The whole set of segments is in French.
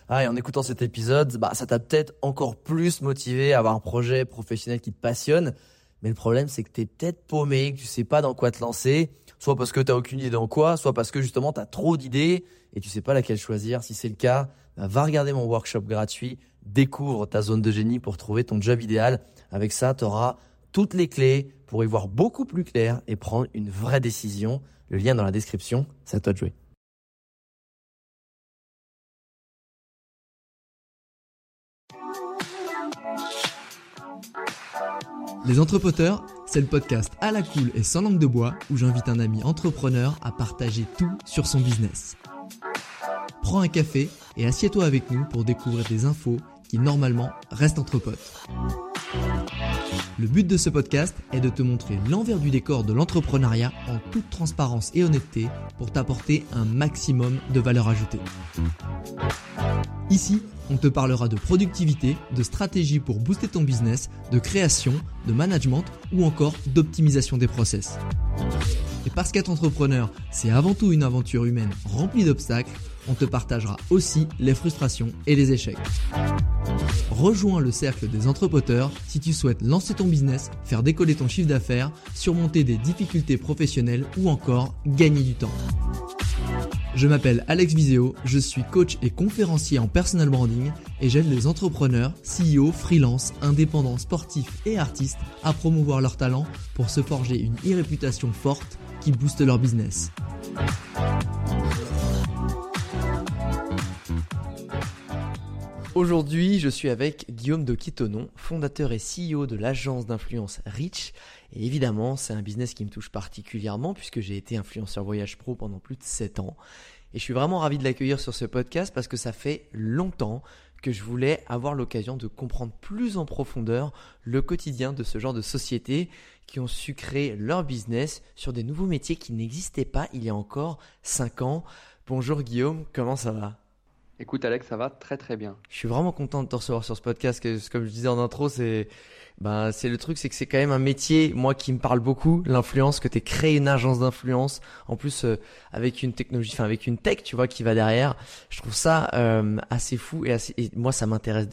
Ah, et en écoutant cet épisode, ça t'a peut-être encore plus motivé à avoir un projet professionnel qui te passionne. Mais le problème, c'est que t'es peut-être paumé, que tu sais pas dans quoi te lancer. Soit parce que t'as aucune idée dans quoi, soit parce que justement t'as trop d'idées et tu sais pas laquelle choisir. Si c'est le cas, va regarder mon workshop gratuit. Découvre ta zone de génie pour trouver ton job idéal. Avec ça, tu auras toutes les clés pour y voir beaucoup plus clair et prendre une vraie décision. Le lien dans la description, c'est à toi de jouer. Les Entrepoteurs, c'est le podcast à la cool et sans langue de bois où j'invite un ami entrepreneur à partager tout sur son business. Prends un café et assieds-toi avec nous pour découvrir des infos qui normalement restent entre potes. Le but de ce podcast est de te montrer l'envers du décor de l'entrepreneuriat en toute transparence et honnêteté pour t'apporter un maximum de valeur ajoutée. Ici, on te parlera de productivité, de stratégie pour booster ton business, de création, de management ou encore d'optimisation des process. Et parce qu'être entrepreneur, c'est avant tout une aventure humaine remplie d'obstacles, on te partagera aussi les frustrations et les échecs. Rejoins le cercle des Entrepoteurs si tu souhaites lancer ton business, faire décoller ton chiffre d'affaires, surmonter des difficultés professionnelles ou encore gagner du temps. Je m'appelle Alex Viseo, je suis coach et conférencier en personal branding et j'aide les entrepreneurs, CEO, freelance, indépendants, sportifs et artistes à promouvoir leurs talents pour se forger une e-réputation forte qui booste leur business. Aujourd'hui, je suis avec Guillaume de Quitonon, fondateur et CEO de l'agence d'influence Reach. Et évidemment, c'est un business qui me touche particulièrement puisque j'ai été influenceur voyage pro pendant plus de 7 ans. Et je suis vraiment ravi de l'accueillir sur ce podcast parce que ça fait longtemps que je voulais avoir l'occasion de comprendre plus en profondeur le quotidien de ce genre de sociétés qui ont su créer leur business sur des nouveaux métiers qui n'existaient pas il y a encore 5 ans. Bonjour Guillaume, comment ça va ? Écoute Alex, ça va très très bien. Je suis vraiment content de te recevoir sur ce podcast. Comme je disais en intro, c'est le truc, c'est que c'est quand même un métier, moi, qui me parle beaucoup, l'influence, que tu aies créé une agence d'influence, en plus avec une technologie, enfin avec une tech, tu vois, qui va derrière. Je trouve ça assez fou et moi, ça m'intéresse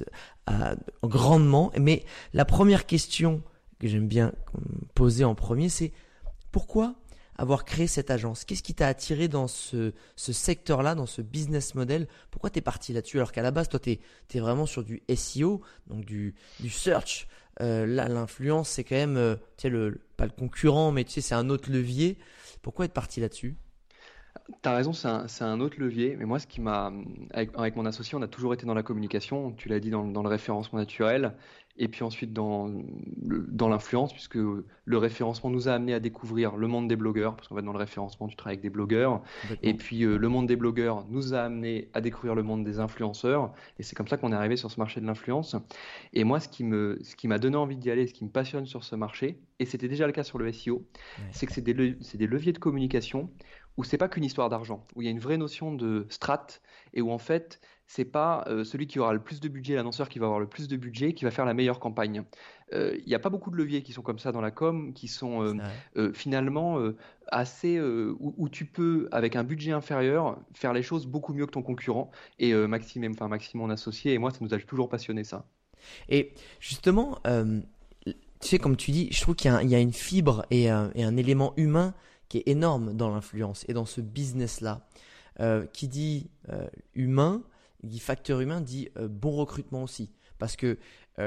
grandement. Mais la première question que j'aime bien poser en premier, c'est pourquoi avoir créé cette agence? Qu'est-ce qui t'a attiré dans ce secteur-là, dans ce business model? Pourquoi t'es parti là-dessus alors qu'à la base, toi, t'es vraiment sur du SEO, donc du search. Là, l'influence, c'est quand même, pas le concurrent, mais tu sais, c'est un autre levier. Pourquoi être parti là-dessus? T'as raison, c'est un autre levier. Mais moi, ce qui m'a, avec mon associé, on a toujours été dans la communication. Tu l'as dit dans le référencement naturel. Et puis ensuite dans l'influence, puisque le référencement nous a amené à découvrir le monde des blogueurs, parce qu'en fait dans le référencement tu travailles avec des blogueurs, et puis le monde des blogueurs nous a amené à découvrir le monde des influenceurs, et c'est comme ça qu'on est arrivé sur ce marché de l'influence. Et moi ce qui m'a donné envie d'y aller, ce qui me passionne sur ce marché, et c'était déjà le cas sur le SEO, c'est que c'est des leviers de communication où c'est pas qu'une histoire d'argent, où il y a une vraie notion de strat, et où en fait c'est pas celui qui aura le plus de budget, l'annonceur qui va avoir le plus de budget, qui va faire la meilleure campagne. Il n'y a pas beaucoup de leviers qui sont comme ça dans la com, qui sont finalement assez où tu peux, avec un budget inférieur, faire les choses beaucoup mieux que ton concurrent. Et Maxime, mon associé, et moi, ça nous a toujours passionné ça. Et justement, tu sais, comme tu dis, je trouve qu'il y a une fibre et un élément humain qui est énorme dans l'influence et dans ce business-là. Qui dit humain, il dit facteur humain, dit bon recrutement aussi. Parce que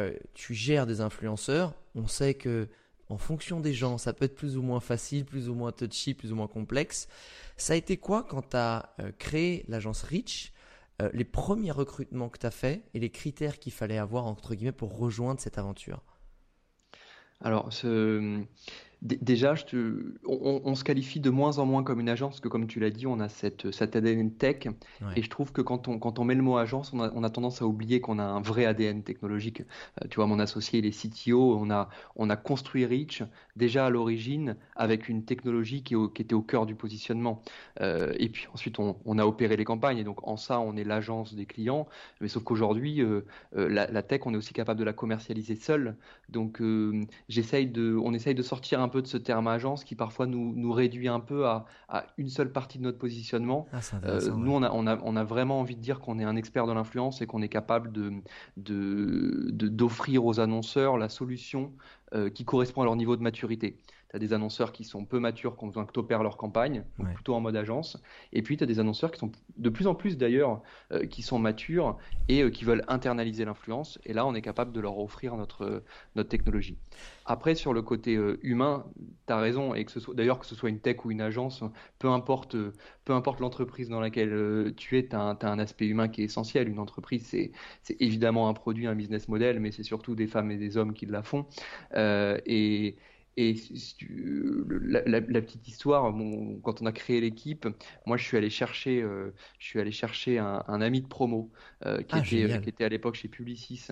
tu gères des influenceurs, on sait que en fonction des gens, ça peut être plus ou moins facile, plus ou moins touchy, plus ou moins complexe. Ça a été quoi quand tu as créé l'agence Reach, les premiers recrutements que tu as fait et les critères qu'il fallait avoir entre guillemets pour rejoindre cette aventure? Alors, déjà, on se qualifie de moins en moins comme une agence, parce que comme tu l'as dit, on a cet ADN tech. Ouais. Et je trouve que quand on met le mot agence, on a tendance à oublier qu'on a un vrai ADN technologique. Tu vois, mon associé, il est CTO. On a construit Reach déjà à l'origine avec une technologie qui était au cœur du positionnement. Et puis ensuite, on a opéré les campagnes. Et donc, en ça, on est l'agence des clients. Mais sauf qu'aujourd'hui, la tech, on est aussi capable de la commercialiser seul. Donc, on essaye de sortir un peu de ce terme agence qui parfois nous réduit un peu à une seule partie de notre positionnement. Ah, c'est intéressant. Nous, on a vraiment envie de dire qu'on est un expert de l'influence et qu'on est capable d'offrir aux annonceurs la solution qui correspond à leur niveau de maturité. Tu as des annonceurs qui sont peu matures, qui ont besoin que tu opères leur campagne, donc plutôt en mode agence. Et puis, tu as des annonceurs qui sont de plus en plus d'ailleurs, qui sont matures et qui veulent internaliser l'influence. Et là, on est capable de leur offrir notre technologie. Après, sur le côté humain, tu as raison. Et que ce soit une tech ou une agence, peu importe l'entreprise dans laquelle tu es, tu as un aspect humain qui est essentiel. Une entreprise, c'est évidemment un produit, un business model, mais c'est surtout des femmes et des hommes qui la font. Et la petite histoire, quand on a créé l'équipe, moi je suis allé chercher un ami de promo qui était à l'époque chez Publicis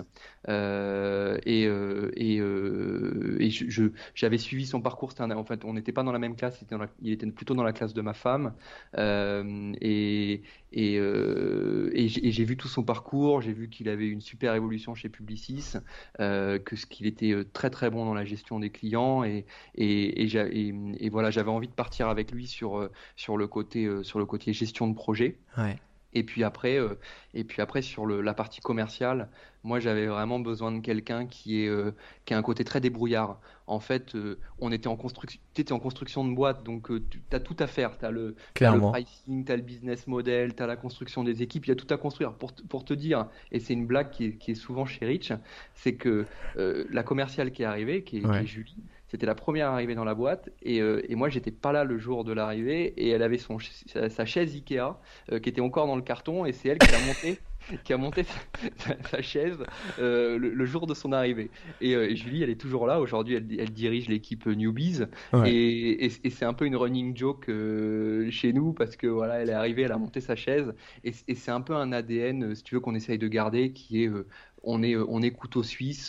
j'avais suivi son parcours. En fait, on n'était pas dans la même classe, il était plutôt dans la classe de ma femme et j'ai vu tout son parcours, j'ai vu qu'il avait une super évolution chez Publicis, qu'il était très très bon dans la gestion des clients et voilà, j'avais envie de partir avec lui sur le côté gestion de projet. Ouais. Et puis après sur la partie commerciale, moi j'avais vraiment besoin de quelqu'un qui a un côté très débrouillard. En fait, on était t'étais en construction de boîte, donc tu as tout à faire. T'as le pricing, t'as le business model, t'as la construction des équipes, il y a tout à construire. Pour te dire, et c'est une blague qui est souvent chez Rich, c'est que la commerciale qui est arrivée, qui est Julie, c'était la première arrivée dans la boîte et moi j'étais pas là le jour de l'arrivée et elle avait sa chaise Ikea qui était encore dans le carton et c'est elle qui a monté sa chaise le jour de son arrivée. Et Julie, elle est toujours là. Aujourd'hui, elle dirige l'équipe Newbies. Ouais. Et c'est un peu une running joke chez nous parce que voilà, elle est arrivée, elle a monté sa chaise. Et c'est un peu un ADN, si tu veux, qu'on essaye de garder, qui est on est couteau suisse,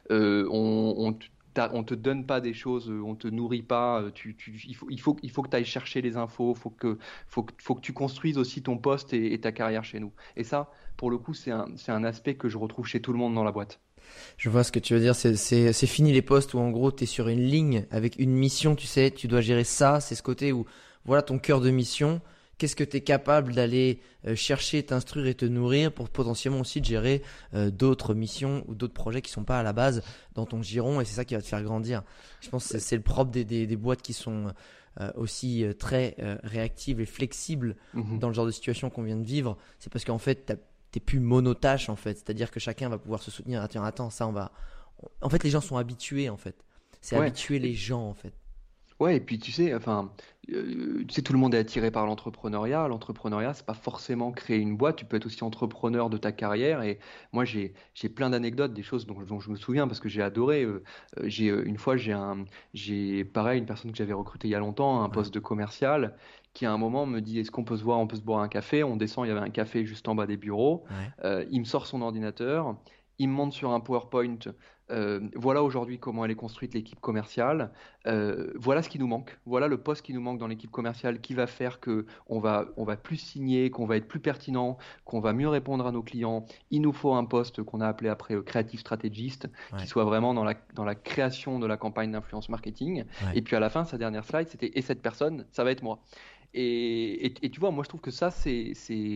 on te donne pas des choses, on te nourrit pas. Il faut que tu ailles chercher les infos. Faut que tu construises aussi ton poste et ta carrière chez nous. Et ça, pour le coup, c'est un aspect que je retrouve chez tout le monde dans la boîte. Je vois ce que tu veux dire. C'est fini les postes où en gros tu es sur une ligne avec une mission, tu sais, tu dois gérer ça. C'est ce côté où voilà ton cœur de mission. Qu'est-ce que tu es capable d'aller chercher, t'instruire et te nourrir pour potentiellement aussi de gérer d'autres missions ou d'autres projets qui sont pas à la base dans ton giron, et c'est ça qui va te faire grandir. Je pense que c'est le propre des boîtes qui sont aussi très réactives et flexibles dans le genre de situation qu'on vient de vivre. C'est parce qu'en fait t'es plus monotâche en fait, c'est-à-dire que chacun va pouvoir se soutenir. Ah, tiens, attends, ça on va. En fait, les gens sont habitués en fait. C'est habituer les gens en fait. Ouais, et puis tu sais, tout le monde est attiré par l'entrepreneuriat. L'entrepreneuriat, c'est pas forcément créer une boîte. Tu peux être aussi entrepreneur de ta carrière. Et moi, j'ai plein d'anecdotes, des choses dont je me souviens parce que j'ai adoré. Une fois, j'ai pareil une personne que j'avais recrutée il y a longtemps, un poste de commercial, qui à un moment me dit, est-ce qu'on peut se voir, on peut se boire un café? On descend, il y avait un café juste en bas des bureaux. Il me sort son ordinateur, il me montre sur un PowerPoint. Voilà aujourd'hui comment elle est construite l'équipe commerciale. Voilà ce qui nous manque. Voilà le poste qui nous manque dans l'équipe commerciale qui va faire que on va plus signer, qu'on va être plus pertinent, qu'on va mieux répondre à nos clients. Il nous faut un poste qu'on a appelé après creative strategist, qui soit vraiment dans la création de la campagne d'influence marketing. Et puis à la fin, sa dernière slide, c'était et cette personne, ça va être moi. Et tu vois, moi je trouve que ça c'est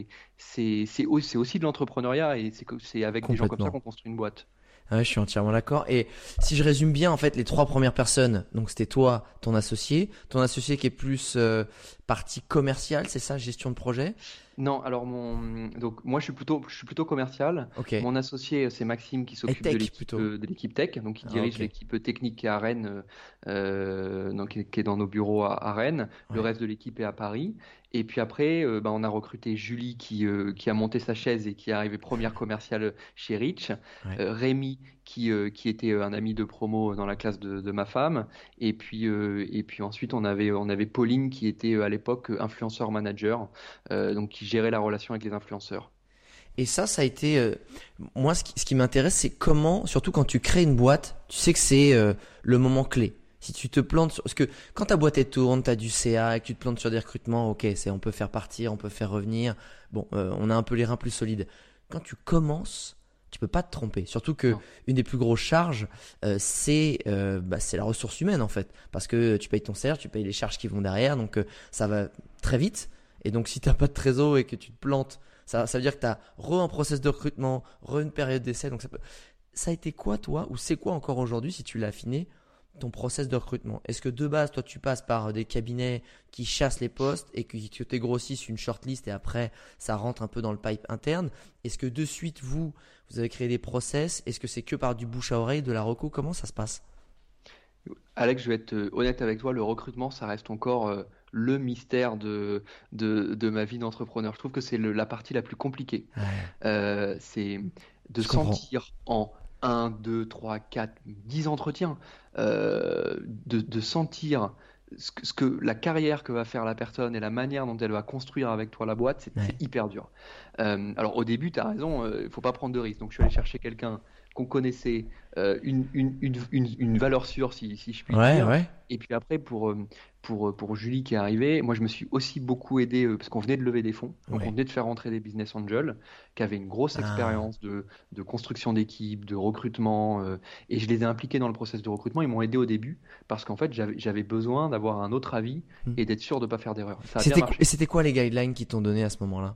aussi de l'entrepreneuriat et c'est avec des gens comme ça qu'on construit une boîte. Ouais, je suis entièrement d'accord. Et si je résume bien, en fait, les trois premières personnes, donc c'était toi, ton associé qui est plus partie commerciale, c'est ça, gestion de projet? Non, alors donc moi je suis plutôt commercial. Okay. Mon associé c'est Maxime qui s'occupe de l'équipe tech, donc il dirige l'équipe technique qui est à Rennes, donc qui est dans nos bureaux à Rennes. Le reste de l'équipe est à Paris. Et puis après, on a recruté Julie qui a monté sa chaise et qui est arrivée première commerciale chez Rich. Rémi qui était un ami de promo dans la classe de ma femme. Et puis ensuite on avait Pauline qui était à l'époque influenceur manager, donc qui gérait la relation avec les influenceurs. Et ça a été moi ce qui m'intéresse, c'est comment, surtout quand tu crées une boîte, tu sais que c'est le moment clé. Si tu te plantes parce que quand ta boîte tourne, tu as du CA et que tu te plantes sur des recrutements, OK, on peut faire partir, on peut faire revenir. Bon, on a un peu les reins plus solides. Quand tu commences, tu peux pas te tromper. Surtout que Non. une des plus grosses charges, c'est la ressource humaine en fait, parce que tu payes ton salaire, tu payes les charges qui vont derrière, donc ça va très vite. Et donc si t'as pas de trésor et que tu te plantes, ça veut dire que t'as un process de recrutement, une période d'essai. Donc ça a été quoi toi, ou c'est quoi encore aujourd'hui si tu l'as affiné, ton process de recrutement? Est-ce que de base, toi, tu passes par des cabinets qui chassent les postes et que tu grossissent une shortlist et après, ça rentre un peu dans le pipe interne? Est-ce que de suite, vous avez créé des process? Est-ce que c'est que par du bouche à oreille, de la reco? Comment ça se passe? Alex, je vais être honnête avec toi, le recrutement, ça reste encore le mystère de ma vie d'entrepreneur. Je trouve que c'est la partie la plus compliquée. Ouais, C'est de je comprends. sentir en 1, 2, 3, 4, 10 entretiens, de sentir ce que la carrière que va faire la personne et la manière dont elle va construire avec toi la boîte, Ouais. c'est hyper dur. Alors au début, tu as raison, il faut pas prendre de risques. Donc je suis allé chercher quelqu'un qu'on connaissait, une valeur sûre, si je puis Ouais, dire. ouais. Et puis après, pour Julie qui est arrivée, moi je me suis aussi beaucoup aidé parce qu'on venait de lever des fonds. Donc on Ouais. venait de faire rentrer des business angels qui avaient une grosse Ah. expérience de construction d'équipe, de recrutement. Et je les ai impliqués dans le process de recrutement. Ils m'ont aidé au début parce qu'en fait, j'avais besoin d'avoir un autre avis Hmm. et d'être sûr de ne pas faire d'erreur. Ça a bien marché. C'était quoi les guidelines qu'ils t'ont donné à ce moment-là?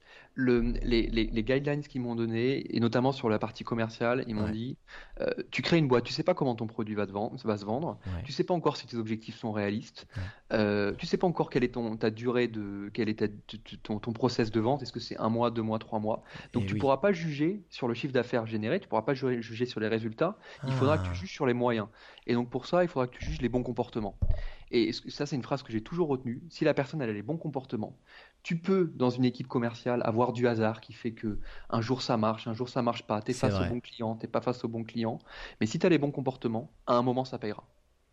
Les guidelines qu'ils m'ont donné, et notamment sur la partie commerciale, ils m'ont Ouais. dit, tu crées une boîte, tu sais pas comment ton produit va se vendre, Ouais. tu sais pas encore si tes objectifs sont réalistes, Ouais. tu sais pas encore quelle est ta durée quel est ton process de vente, est-ce que c'est 1 mois, 2 mois, 3 mois. Donc Et tu oui. pourras pas juger sur le chiffre d'affaires généré, tu pourras pas juger sur les résultats, il faudra que tu Ah. juges sur les moyens. Et donc pour ça, il faudra que tu juges les bons comportements. Et ça, c'est une phrase que j'ai toujours retenue. Si la personne elle a les bons comportements, tu peux, dans une équipe commerciale, avoir du hasard qui fait que un jour ça marche, un jour ça marche pas. Tu es C'est face au vrai. bon client, t'es pas face au bon client. Mais si tu as les bons comportements, à un moment ça payera.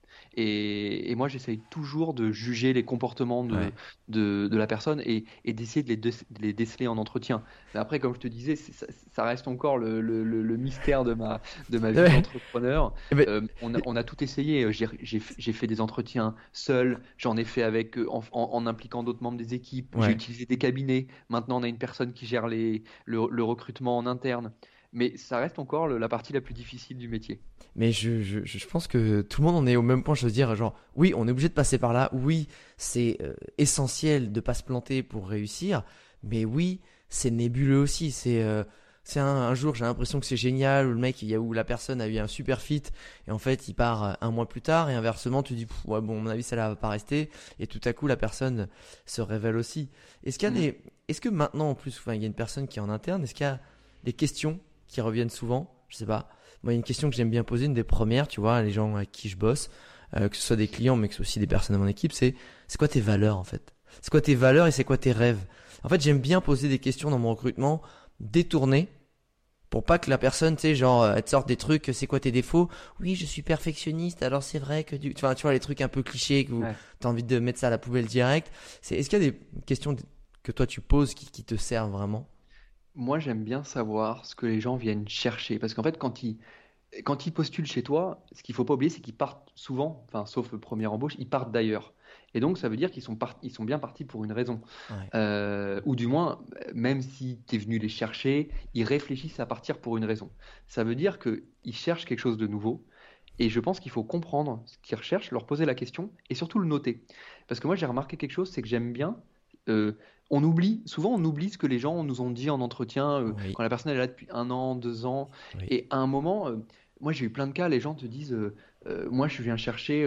Et moi, j'essaye toujours de juger les comportements Ouais. de la personne et d'essayer de les déceler en entretien. Mais après, comme je te disais, ça reste encore le mystère de ma vie Ouais. d'entrepreneur. Eh ben, On a tout essayé. J'ai fait des entretiens seul, j'en ai fait avec, en impliquant d'autres membres des équipes. J'ai ouais. utilisé des cabinets. Maintenant, on a une personne qui gère le recrutement en interne. Mais ça reste encore la partie la plus difficile du métier. Mais je pense que tout le monde en est au même point, je veux dire, genre, oui, on est obligé de passer par là, oui, c'est essentiel de pas se planter pour réussir, mais oui, c'est nébuleux aussi, c'est un jour, j'ai l'impression que c'est génial, où le mec, où la personne a eu un super fit, et en fait, il part un mois plus tard, et inversement, tu dis, pff, ouais, bon, à mon avis, ça là va pas rester, et tout à coup, la personne se révèle aussi. Mm. Est-ce que maintenant, en plus, enfin, il y a une personne qui est en interne, est-ce qu'il y a des questions qui reviennent souvent? Je sais pas. Moi, il y a une question que j'aime bien poser, une des premières, tu vois, les gens avec qui je bosse, que ce soit des clients, mais que ce soit aussi des personnes de mon équipe, c'est quoi tes valeurs en fait? C'est quoi tes valeurs et c'est quoi tes rêves? En fait, j'aime bien poser des questions dans mon recrutement détournées pour pas que la personne, tu sais, genre, elle te sorte des trucs, c'est quoi tes défauts? Oui, je suis perfectionniste, alors c'est vrai que enfin, tu vois, les trucs un peu clichés que Ouais. t'as envie de mettre ça à la poubelle direct. Est-ce qu'il y a des questions que toi tu poses qui te servent vraiment? Moi, j'aime bien savoir ce que les gens viennent chercher. Parce qu'en fait, quand ils postulent chez toi, ce qu'il faut pas oublier, c'est qu'ils partent souvent, enfin, sauf première embauche, ils partent d'ailleurs. Et donc, ça veut dire ils sont bien partis pour une raison. Ouais, Ou du moins, même si tu es venu les chercher, ils réfléchissent à partir pour une raison. Ça veut dire qu'ils cherchent quelque chose de nouveau. Et je pense qu'il faut comprendre ce qu'ils recherchent, leur poser la question et surtout le noter. Parce que moi, j'ai remarqué quelque chose, c'est que j'aime bien. euh, souvent on oublie ce que les gens nous ont dit en entretien oui, quand la personne elle est là depuis 1 an, 2 ans. oui, Et à un moment, moi j'ai eu plein de cas, les gens te disent moi je viens chercher.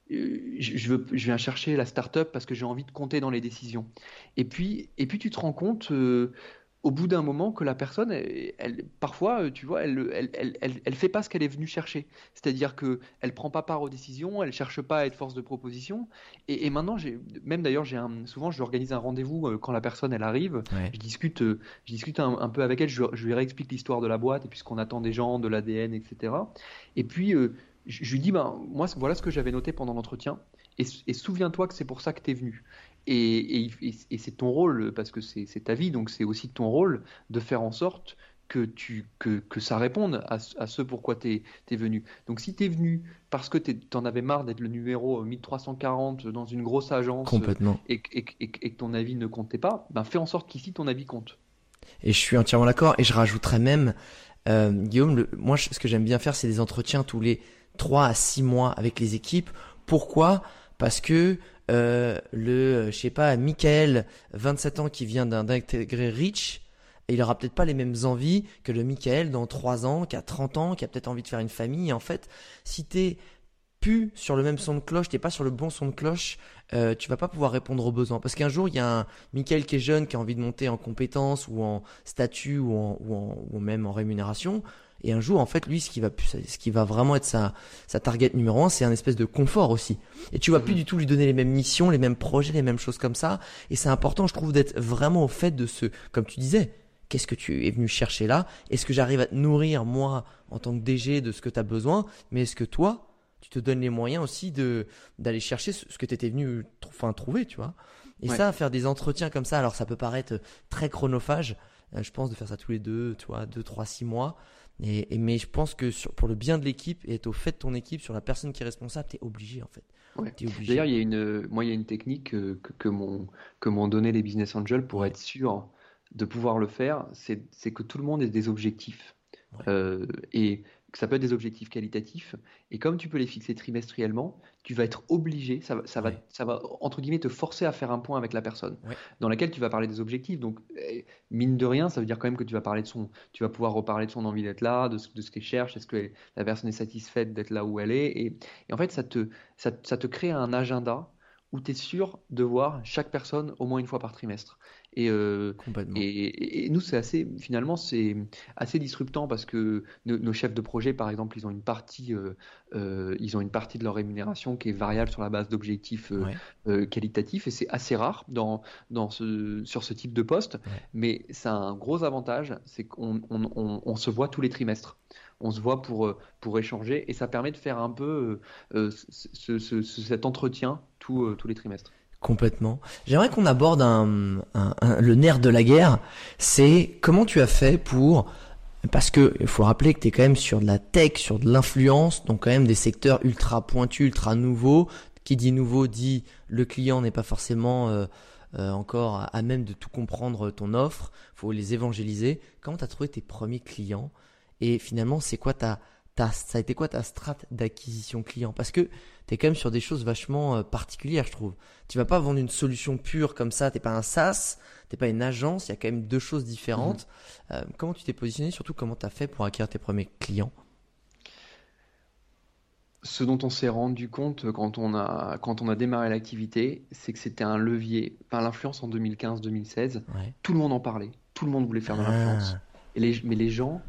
Je viens chercher la start-up parce que j'ai envie de compter dans les décisions. Et puis tu te rends compte au bout d'un moment que la personne, parfois, tu vois, elle fait pas ce qu'elle est venue chercher. C'est-à-dire que elle prend pas part aux décisions, elle cherche pas à être force de proposition. Et maintenant, même d'ailleurs, souvent, je lui organise un rendez-vous quand la personne elle arrive. ouais. Je discute un peu avec elle, je lui réexplique l'histoire de la boîte et puis ce qu'on attend des gens, de l'ADN, etc. Et puis je lui dis, ben, moi, voilà ce que j'avais noté pendant l'entretien. Et souviens-toi que c'est pour ça que tu es venu. Et c'est ton rôle, parce que c'est ta vie, donc c'est aussi ton rôle de faire en sorte que ça réponde à ce pourquoi tu es venu. Donc si tu es venu parce que tu en avais marre d'être le numéro 1340 dans une grosse agence Complètement. et que ton avis ne comptait pas, ben fais en sorte qu'ici ton avis compte. Et je suis entièrement d'accord. Et je rajouterais même, Guillaume, moi, ce que j'aime bien faire, c'est des entretiens tous les 3 à 6 mois avec les équipes. Pourquoi? Parce que je sais pas, Michael, 27 ans, qui vient d'intégrer Rich, il aura peut-être pas les mêmes envies que le Michael dans 3 ans, qui a 30 ans, qui a peut-être envie de faire une famille. Et en fait, si t'es plus sur le même son de cloche, t'es pas sur le bon son de cloche, tu vas pas pouvoir répondre aux besoins. Parce qu'un jour, il y a un Michael qui est jeune, qui a envie de monter en compétences ou en statut ou même en rémunération. Et un jour, en fait, lui, ce qui va vraiment être sa target numéro 1, c'est un espèce de confort aussi. Et tu vas plus du tout lui donner les mêmes missions, les mêmes projets, les mêmes choses comme ça. Et c'est important, je trouve, d'être vraiment au fait de comme tu disais, qu'est-ce que tu es venu chercher là? Est-ce que j'arrive à te nourrir, moi, en tant que DG, de ce que tu as besoin? Mais est-ce que toi, tu te donnes les moyens aussi d'aller chercher ce que tu étais venu trouver, tu vois? Et ça, faire des entretiens comme ça, alors ça peut paraître très chronophage. Je pense de faire ça tous les 2, tu vois, 2, 3, 6 mois. Mais je pense que pour le bien de l'équipe et être au fait de ton équipe, sur la personne qui est responsable, t'es obligé en fait. Ouais. T'es obligé. D'ailleurs, il y a une technique que m'ont donné les business angels pour être sûr de pouvoir le faire, c'est que tout le monde ait des objectifs. Et que ça peut être des objectifs qualitatifs. Et comme tu peux les fixer trimestriellement, tu vas être obligé, ça va entre guillemets te forcer à faire un point avec la personne, dans laquelle tu vas parler des objectifs. Donc, mine de rien, ça veut dire quand même que tu vas pouvoir reparler de son envie d'être là, de ce qu'elle cherche, est-ce que la personne est satisfaite d'être là où elle est. Et en fait, ça te crée un agenda où tu es sûr de voir chaque personne au moins une fois par trimestre. Complètement. Et nous, finalement, c'est assez disruptant parce que nos chefs de projet, par exemple, ils ont une partie de leur rémunération qui est variable sur la base d'objectifs qualitatifs, et c'est assez rare sur ce type de poste. Mais ça a un gros avantage, c'est qu'on se voit tous les trimestres. On se voit pour échanger, et ça permet de faire un peu cet entretien tous les trimestres. Complètement. J'aimerais qu'on aborde le nerf de la guerre. C'est comment tu as fait parce que il faut rappeler que tu es quand même sur de la tech, sur de l'influence, donc quand même des secteurs ultra pointus, ultra nouveaux. Qui dit nouveau dit le client n'est pas forcément encore à même de tout comprendre ton offre. Faut les évangéliser. Comment tu as trouvé tes premiers clients? Et finalement, c'est quoi ça a été quoi ta strat d'acquisition client? Parce que tu es quand même sur des choses vachement particulières, je trouve. Tu vas pas vendre une solution pure comme ça, t'es pas un SaaS, t'es pas une agence, il y a quand même deux choses différentes. Comment tu t'es positionné, surtout comment tu as fait pour acquérir tes premiers clients? Ce dont on s'est rendu compte quand on a démarré l'activité, c'est que c'était un levier. Enfin, l'influence en 2015-2016, tout le monde en parlait, tout le monde voulait faire de l'influence. Mais les gens,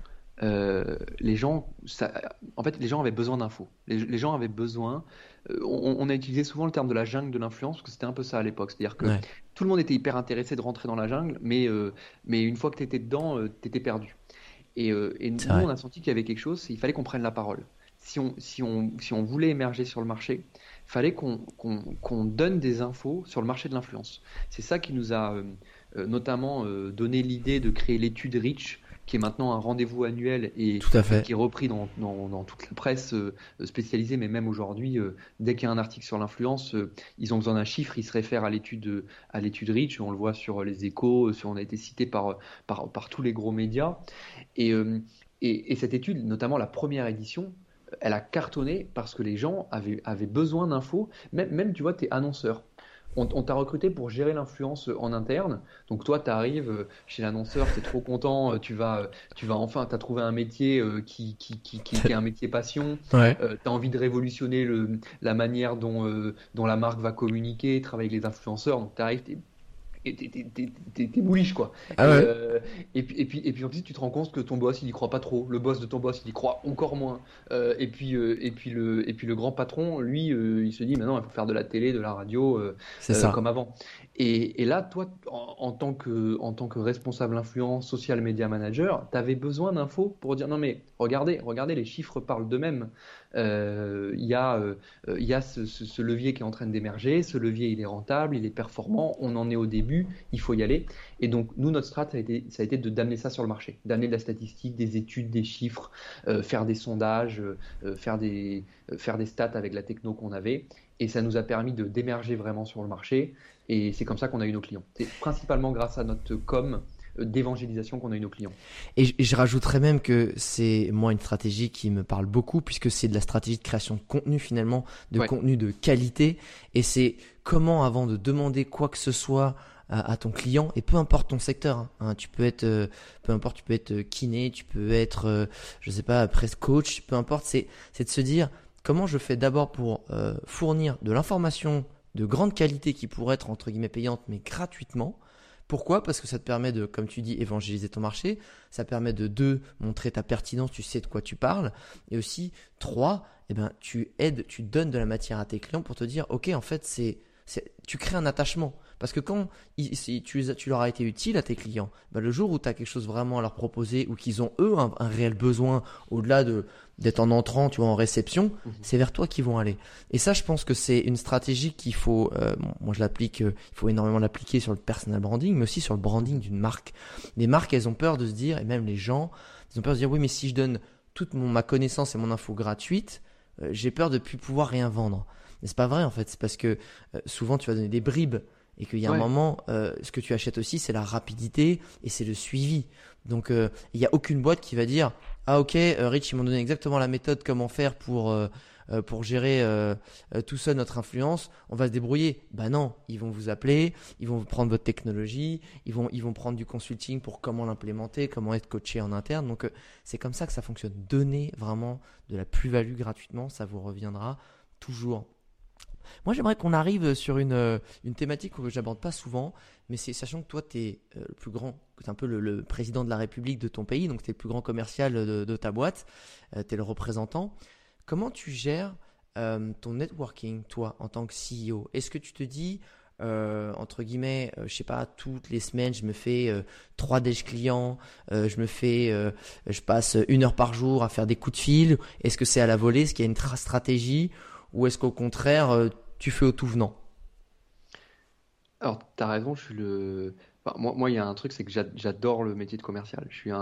en fait, les gens avaient besoin d'infos. Les gens avaient besoin. On a utilisé souvent le terme de la jungle de l'influence parce que c'était un peu ça à l'époque. C'est-à-dire que tout le monde était hyper intéressé de rentrer dans la jungle, mais une fois que tu étais dedans, tu étais perdu. Et nous, on a senti qu'il y avait quelque chose, il fallait qu'on prenne la parole. Si on voulait émerger sur le marché, il fallait qu'on donne des infos sur le marché de l'influence. C'est ça qui nous a notamment donné l'idée de créer l'étude Reach, qui est maintenant un rendez-vous annuel et qui est repris dans toute la presse spécialisée, mais même aujourd'hui, dès qu'il y a un article sur l'influence, ils ont besoin d'un chiffre, ils se réfèrent à l'étude Reach, on le voit sur les Échos, on a été cité par tous les gros médias. Et cette étude, notamment la première édition, elle a cartonné parce que les gens avaient besoin d'infos. Même, tu vois, tu es annonceur. On t'a recruté pour gérer l'influence en interne. Donc toi, tu arrives chez l'annonceur, tu es trop content, tu vas enfin, tu as trouvé un métier qui est un métier passion. Tu as envie de révolutionner la manière dont la marque va communiquer, travailler avec les influenceurs. Donc tu arrives, t'es bullish quoi. Et puis ensuite tu te rends compte que ton boss il y croit pas trop, le boss de ton boss il y croit encore moins, et puis le grand patron lui il se dit maintenant il faut faire de la télé, de la radio comme avant. Et là toi en tant que responsable influence, social media manager, tu avais besoin d'infos pour dire non mais regardez les chiffres parlent d'eux-mêmes. Il y a ce levier qui est en train d'émerger, ce levier il est rentable, il est performant, on en est au début, il faut y aller. Et donc nous notre strat ça a été d'amener ça sur le marché, d'amener de la statistique, des études, des chiffres, faire des sondages, faire des stats avec la techno qu'on avait, et ça nous a permis d'émerger vraiment sur le marché, et c'est comme ça qu'on a eu nos clients. C'est principalement grâce à notre com d'évangélisation qu'on a eu nos clients. Et je rajouterais même que c'est moi une stratégie qui me parle beaucoup puisque c'est de la stratégie de création de contenu finalement, de contenu de qualité. Et c'est comment avant de demander quoi que ce soit à ton client, et peu importe ton secteur, hein, tu peux être, peu importe, tu peux être kiné, tu peux être, je sais pas, presque coach, peu importe, c'est de se dire comment je fais d'abord pour fournir de l'information de grande qualité qui pourrait être entre guillemets payante mais gratuitement. Pourquoi ? Parce que ça te permet de, comme tu dis, évangéliser ton marché. Ça permet de 2, montrer ta pertinence, tu sais de quoi tu parles. Et aussi, 3, eh ben, tu donnes de la matière à tes clients pour te dire, ok, en fait, tu crées un attachement. Parce que quand si tu leur as été utile à tes clients, ben le jour où tu as quelque chose vraiment à leur proposer ou qu'ils ont eux un réel besoin au-delà d'être en entrant, tu vois, en réception, c'est vers toi qu'ils vont aller. Et ça, je pense que c'est une stratégie qu'il faut, moi je l'applique, il faut énormément l'appliquer sur le personal branding, mais aussi sur le branding d'une marque. Les marques, elles ont peur de se dire, et même les gens, ils ont peur de se dire, oui, mais si je donne toute ma connaissance et mon info gratuite, j'ai peur de ne plus pouvoir rien vendre. Mais c'est pas vrai en fait, c'est parce que souvent tu vas donner des bribes. Et qu'il y a un moment, ce que tu achètes aussi, c'est la rapidité et c'est le suivi. Donc, il n'y a aucune boîte qui va dire « Ah ok, Rich, ils m'ont donné exactement la méthode, comment faire pour gérer tout seul notre influence. On va se débrouiller. » Bah non, ils vont vous appeler, ils vont prendre votre technologie, ils vont prendre du consulting pour comment l'implémenter, comment être coaché en interne. Donc, c'est comme ça que ça fonctionne. Donnez vraiment de la plus-value gratuitement, ça vous reviendra toujours. Moi, j'aimerais qu'on arrive sur une thématique que j'aborde pas souvent, mais c'est sachant que toi, tu es le plus grand, tu es un peu le président de la République de ton pays, donc tu es le plus grand commercial de ta boîte, tu es le représentant. Comment tu gères ton networking, toi, en tant que CEO ? Est-ce que tu te dis, entre guillemets, je sais pas, toutes les semaines, je me fais 3 déj clients, je passe 1 heure par jour à faire des coups de fil. Est-ce que c'est à la volée ? Est-ce qu'il y a une stratégie ? Ou est-ce qu'au contraire, tu fais au tout venant ? Alors, tu as raison, enfin, moi, il y a un truc, c'est que j'adore le métier de commercial.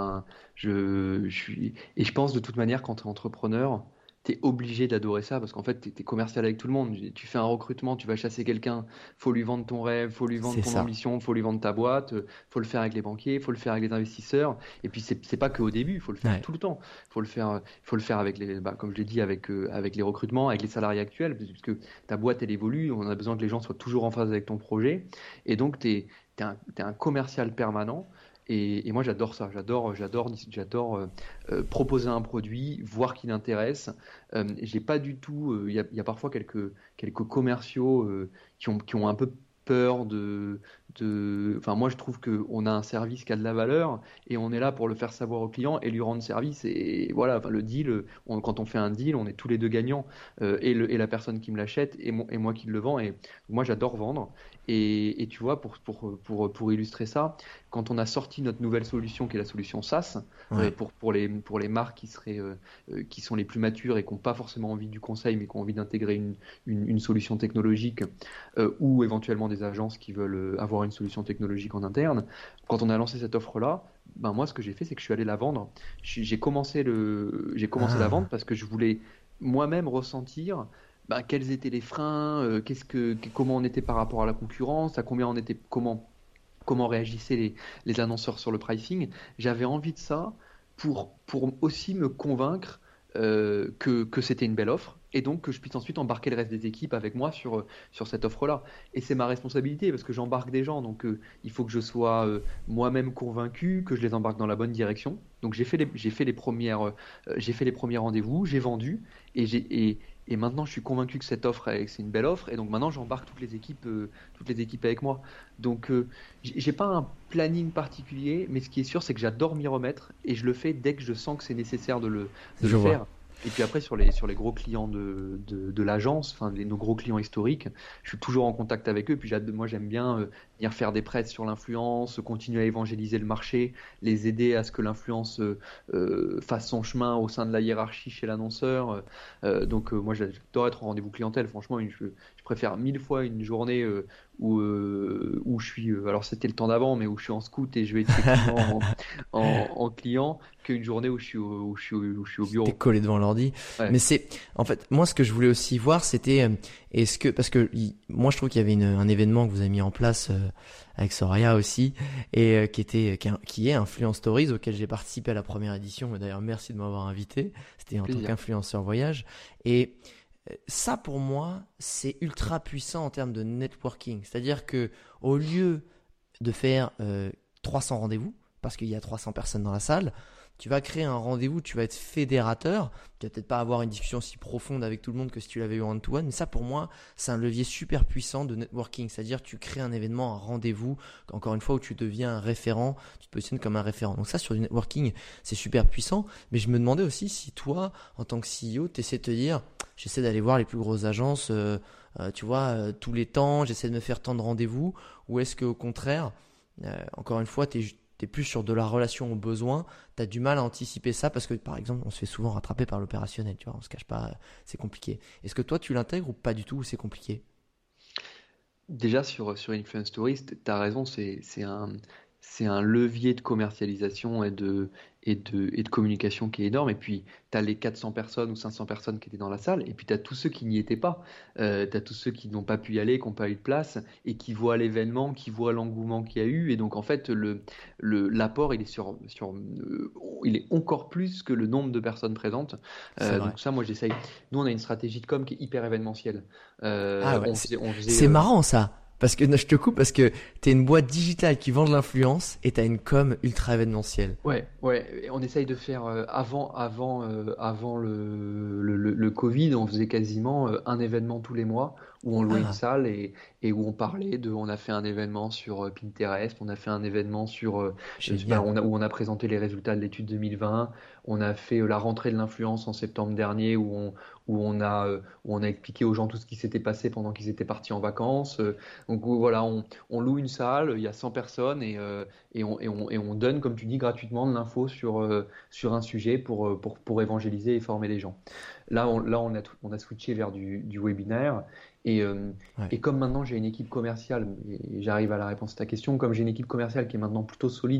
Et je pense de toute manière, quand tu es entrepreneur, tu es obligé d'adorer ça parce qu'en fait, tu es commercial avec tout le monde. Tu fais un recrutement, tu vas chasser quelqu'un, faut lui vendre ton rêve, faut lui vendre C'est ton ça. ambition, faut lui vendre ta boîte, faut le faire avec les banquiers, faut le faire avec les investisseurs. Et puis, c'est pas qu'au début, il faut le faire Ouais. tout le temps. Faut le faire avec comme je l'ai dit, avec les recrutements, avec les salariés actuels, puisque ta boîte, elle évolue. On a besoin que les gens soient toujours en phase avec ton projet. Et donc, t'es un commercial permanent. Et moi, j'adore ça. J'adore proposer un produit, voir qu'il intéresse. J'ai pas du tout. Il y a parfois quelques commerciaux qui ont un peu peur Enfin, moi, je trouve qu'on a un service qui a de la valeur et on est là pour le faire savoir au client et lui rendre service. Et voilà, enfin, le deal, quand on fait un deal, on est tous les deux gagnants. Et la personne qui me l'achète et moi qui le vends. Et moi, j'adore vendre. Et tu vois, pour illustrer ça, quand on a sorti notre nouvelle solution qui est la solution SaaS, Ouais. pour les marques qui sont les plus matures et qui n'ont pas forcément envie du conseil mais qui ont envie d'intégrer une solution technologique ou éventuellement des agences qui veulent avoir une solution technologique en interne, quand on a lancé cette offre-là, ben moi ce que j'ai fait c'est que je suis allé la vendre. J'ai commencé la vendre parce que je voulais moi-même ressentir quels étaient les freins, comment on était par rapport à la concurrence, à combien on était, comment réagissaient les annonceurs sur le pricing. J'avais envie de ça pour aussi me convaincre que c'était une belle offre et donc que je puisse ensuite embarquer le reste des équipes avec moi sur cette offre-là. Et c'est ma responsabilité parce que j'embarque des gens, donc il faut que je sois moi-même convaincu, que je les embarque dans la bonne direction. Donc j'ai fait les premiers rendez-vous, j'ai vendu et maintenant je suis convaincu que cette offre c'est une belle offre et donc maintenant j'embarque toutes les équipes avec moi. Donc j'ai pas un planning particulier, mais ce qui est sûr c'est que j'adore m'y remettre et je le fais dès que je sens que c'est nécessaire de le Je vois. faire. Et puis après, sur les gros clients de l'agence, enfin nos gros clients historiques, je suis toujours en contact avec eux. Puis moi, j'aime bien venir faire des prêts sur l'influence, continuer à évangéliser le marché, les aider à ce que l'influence fasse son chemin au sein de la hiérarchie chez l'annonceur. Donc moi, j'adore être en rendez-vous clientèle. Franchement, je préfère 1000 fois une journée où je suis, alors c'était le temps d'avant, mais où je suis en scout et je vais être effectivement en client, qu'une journée où je suis au T'es bureau. collé devant l'ordi. Ouais, Mais en fait, moi, ce que je voulais aussi voir, c'était, parce que moi, je trouve qu'il y avait un événement que vous avez mis en place avec Soraya aussi, et qui est Influence Stories, auquel j'ai participé à la première édition. Et d'ailleurs, merci de m'avoir invité. C'était en tant plaisir. qu'influenceur voyage. Et ça, pour moi, c'est ultra puissant en termes de networking. C'est-à-dire que au lieu de faire 300 rendez-vous, parce qu'il y a 300 personnes dans la salle, tu vas créer un rendez-vous, tu vas être fédérateur. Tu vas peut-être pas avoir une discussion aussi profonde avec tout le monde que si tu l'avais eu en one-to-one, mais ça pour moi, c'est un levier super puissant de networking. C'est-à-dire tu crées un événement, un rendez-vous, encore une fois, où tu deviens un référent, tu te positionnes comme un référent. Donc ça, sur du networking, c'est super puissant. Mais je me demandais aussi si toi, en tant que CEO, tu essaies de te dire, j'essaie d'aller voir les plus grosses agences, tu vois, tous les temps, j'essaie de me faire tant de rendez-vous, ou est-ce qu'au contraire, encore une fois, tu es plus sur de la relation aux besoins, tu as du mal à anticiper ça parce que, par exemple, on se fait souvent rattraper par l'opérationnel, tu vois, on se cache pas, c'est compliqué. Est-ce que toi, tu l'intègres ou pas du tout, ou c'est compliqué? Déjà sur Influence Stories, tu as raison, c'est un levier de commercialisation et de communication qui est énorme. Et puis, tu as les 400 personnes ou 500 personnes qui étaient dans la salle, et puis tu as tous ceux qui n'y étaient pas. Tu as tous ceux qui n'ont pas pu y aller, qui n'ont pas eu de place, et qui voient l'événement, qui voient l'engouement qu'il y a eu. Et donc, en fait, l'apport, il est encore plus que le nombre de personnes présentes. C'est vrai. Donc ça, moi, j'essaye. Nous, on a une stratégie de com qui est hyper événementielle. Ah ouais, On faisait c'est marrant ça. Parce que, non, je te coupe parce que t'es une boîte digitale qui vend de l'influence et t'as une com ultra événementielle. Ouais, ouais, et on essaye de faire avant le Covid, on faisait quasiment un événement tous les mois où on louait une Ah, salle et où on parlait on a fait un événement sur Pinterest, on a fait un événement sur, je sais pas, génial. où on a présenté les résultats de l'étude 2020, on a fait la rentrée de l'influence en septembre dernier où on a expliqué aux gens tout ce qui s'était passé pendant qu'ils étaient partis en vacances. Donc voilà, on loue une salle, il y a 100 personnes et on donne, comme tu dis, gratuitement de l'info sur un sujet pour évangéliser et former les gens. Là, on a switché vers du webinaire. Et, euh, Ouais. et comme maintenant j'ai une équipe commerciale, et j'arrive à la réponse à ta question, comme j'ai une équipe commerciale qui est maintenant plutôt solide,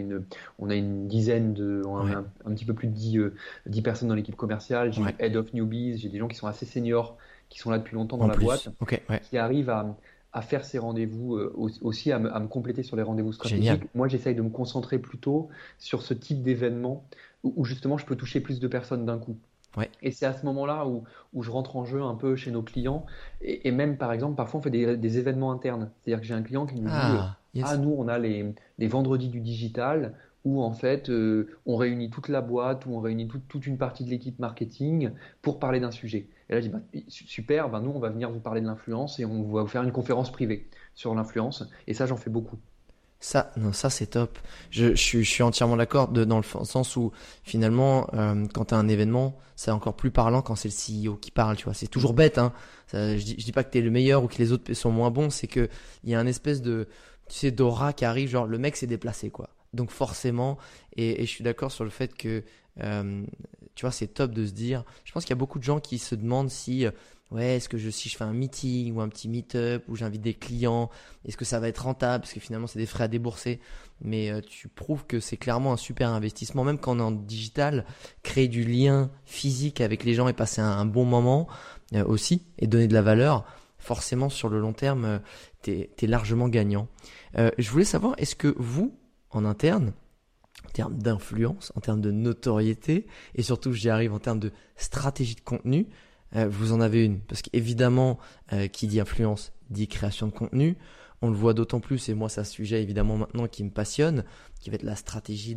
on a une dizaine Ouais. un petit peu plus de 10 personnes dans l'équipe commerciale, j'ai une Ouais. head of newbies, j'ai des gens qui sont assez seniors, qui sont là depuis longtemps dans En la boîte, plus. Ok. Ouais. qui arrivent à faire ces rendez-vous, aussi à me compléter sur les rendez-vous Génial. stratégiques. Moi, j'essaye de me concentrer plutôt sur ce type d'événement où justement je peux toucher plus de personnes d'un coup. Ouais. Et c'est à ce moment-là où je rentre en jeu un peu chez nos clients. Et même, par exemple, parfois on fait des événements internes. C'est-à-dire que j'ai un client qui nous dit, Ah, ah, yes. nous, on a les vendredis du digital où en fait on réunit toute la boîte, où on réunit toute une partie de l'équipe marketing pour parler d'un sujet. Et là, je dis, bah, super, bah, nous, on va venir vous parler de l'influence et on va vous faire une conférence privée sur l'influence. Et ça, j'en fais beaucoup. Ça, non, ça c'est top. Je suis entièrement d'accord dans le sens où finalement, quand tu as un événement, c'est encore plus parlant quand c'est le CEO qui parle. Tu vois, c'est toujours bête, hein. Je dis pas que tu es le meilleur ou que les autres sont moins bons. C'est que il y a un espèce de, tu sais, d'aura qui arrive. Genre, le mec s'est déplacé, quoi. Donc forcément, et je suis d'accord sur le fait que, euh, tu vois, c'est top de se dire. Je pense qu'il y a beaucoup de gens qui se demandent si, ouais, est-ce que si je fais un meeting ou un petit meet-up où j'invite des clients, est-ce que ça va être rentable? Parce que finalement, c'est des frais à débourser. Mais tu prouves que c'est clairement un super investissement. Même quand on est en digital, créer du lien physique avec les gens et passer un bon moment aussi et donner de la valeur, forcément, sur le long terme, t'es largement gagnant. Je voulais savoir, est-ce que vous, en interne, en termes d'influence, en termes de notoriété et surtout, j'y arrive en termes de stratégie de contenu, vous en avez une. Parce qu'évidemment, qui dit influence dit création de contenu. On le voit d'autant plus, et moi c'est un sujet évidemment maintenant qui me passionne, qui va être la stratégie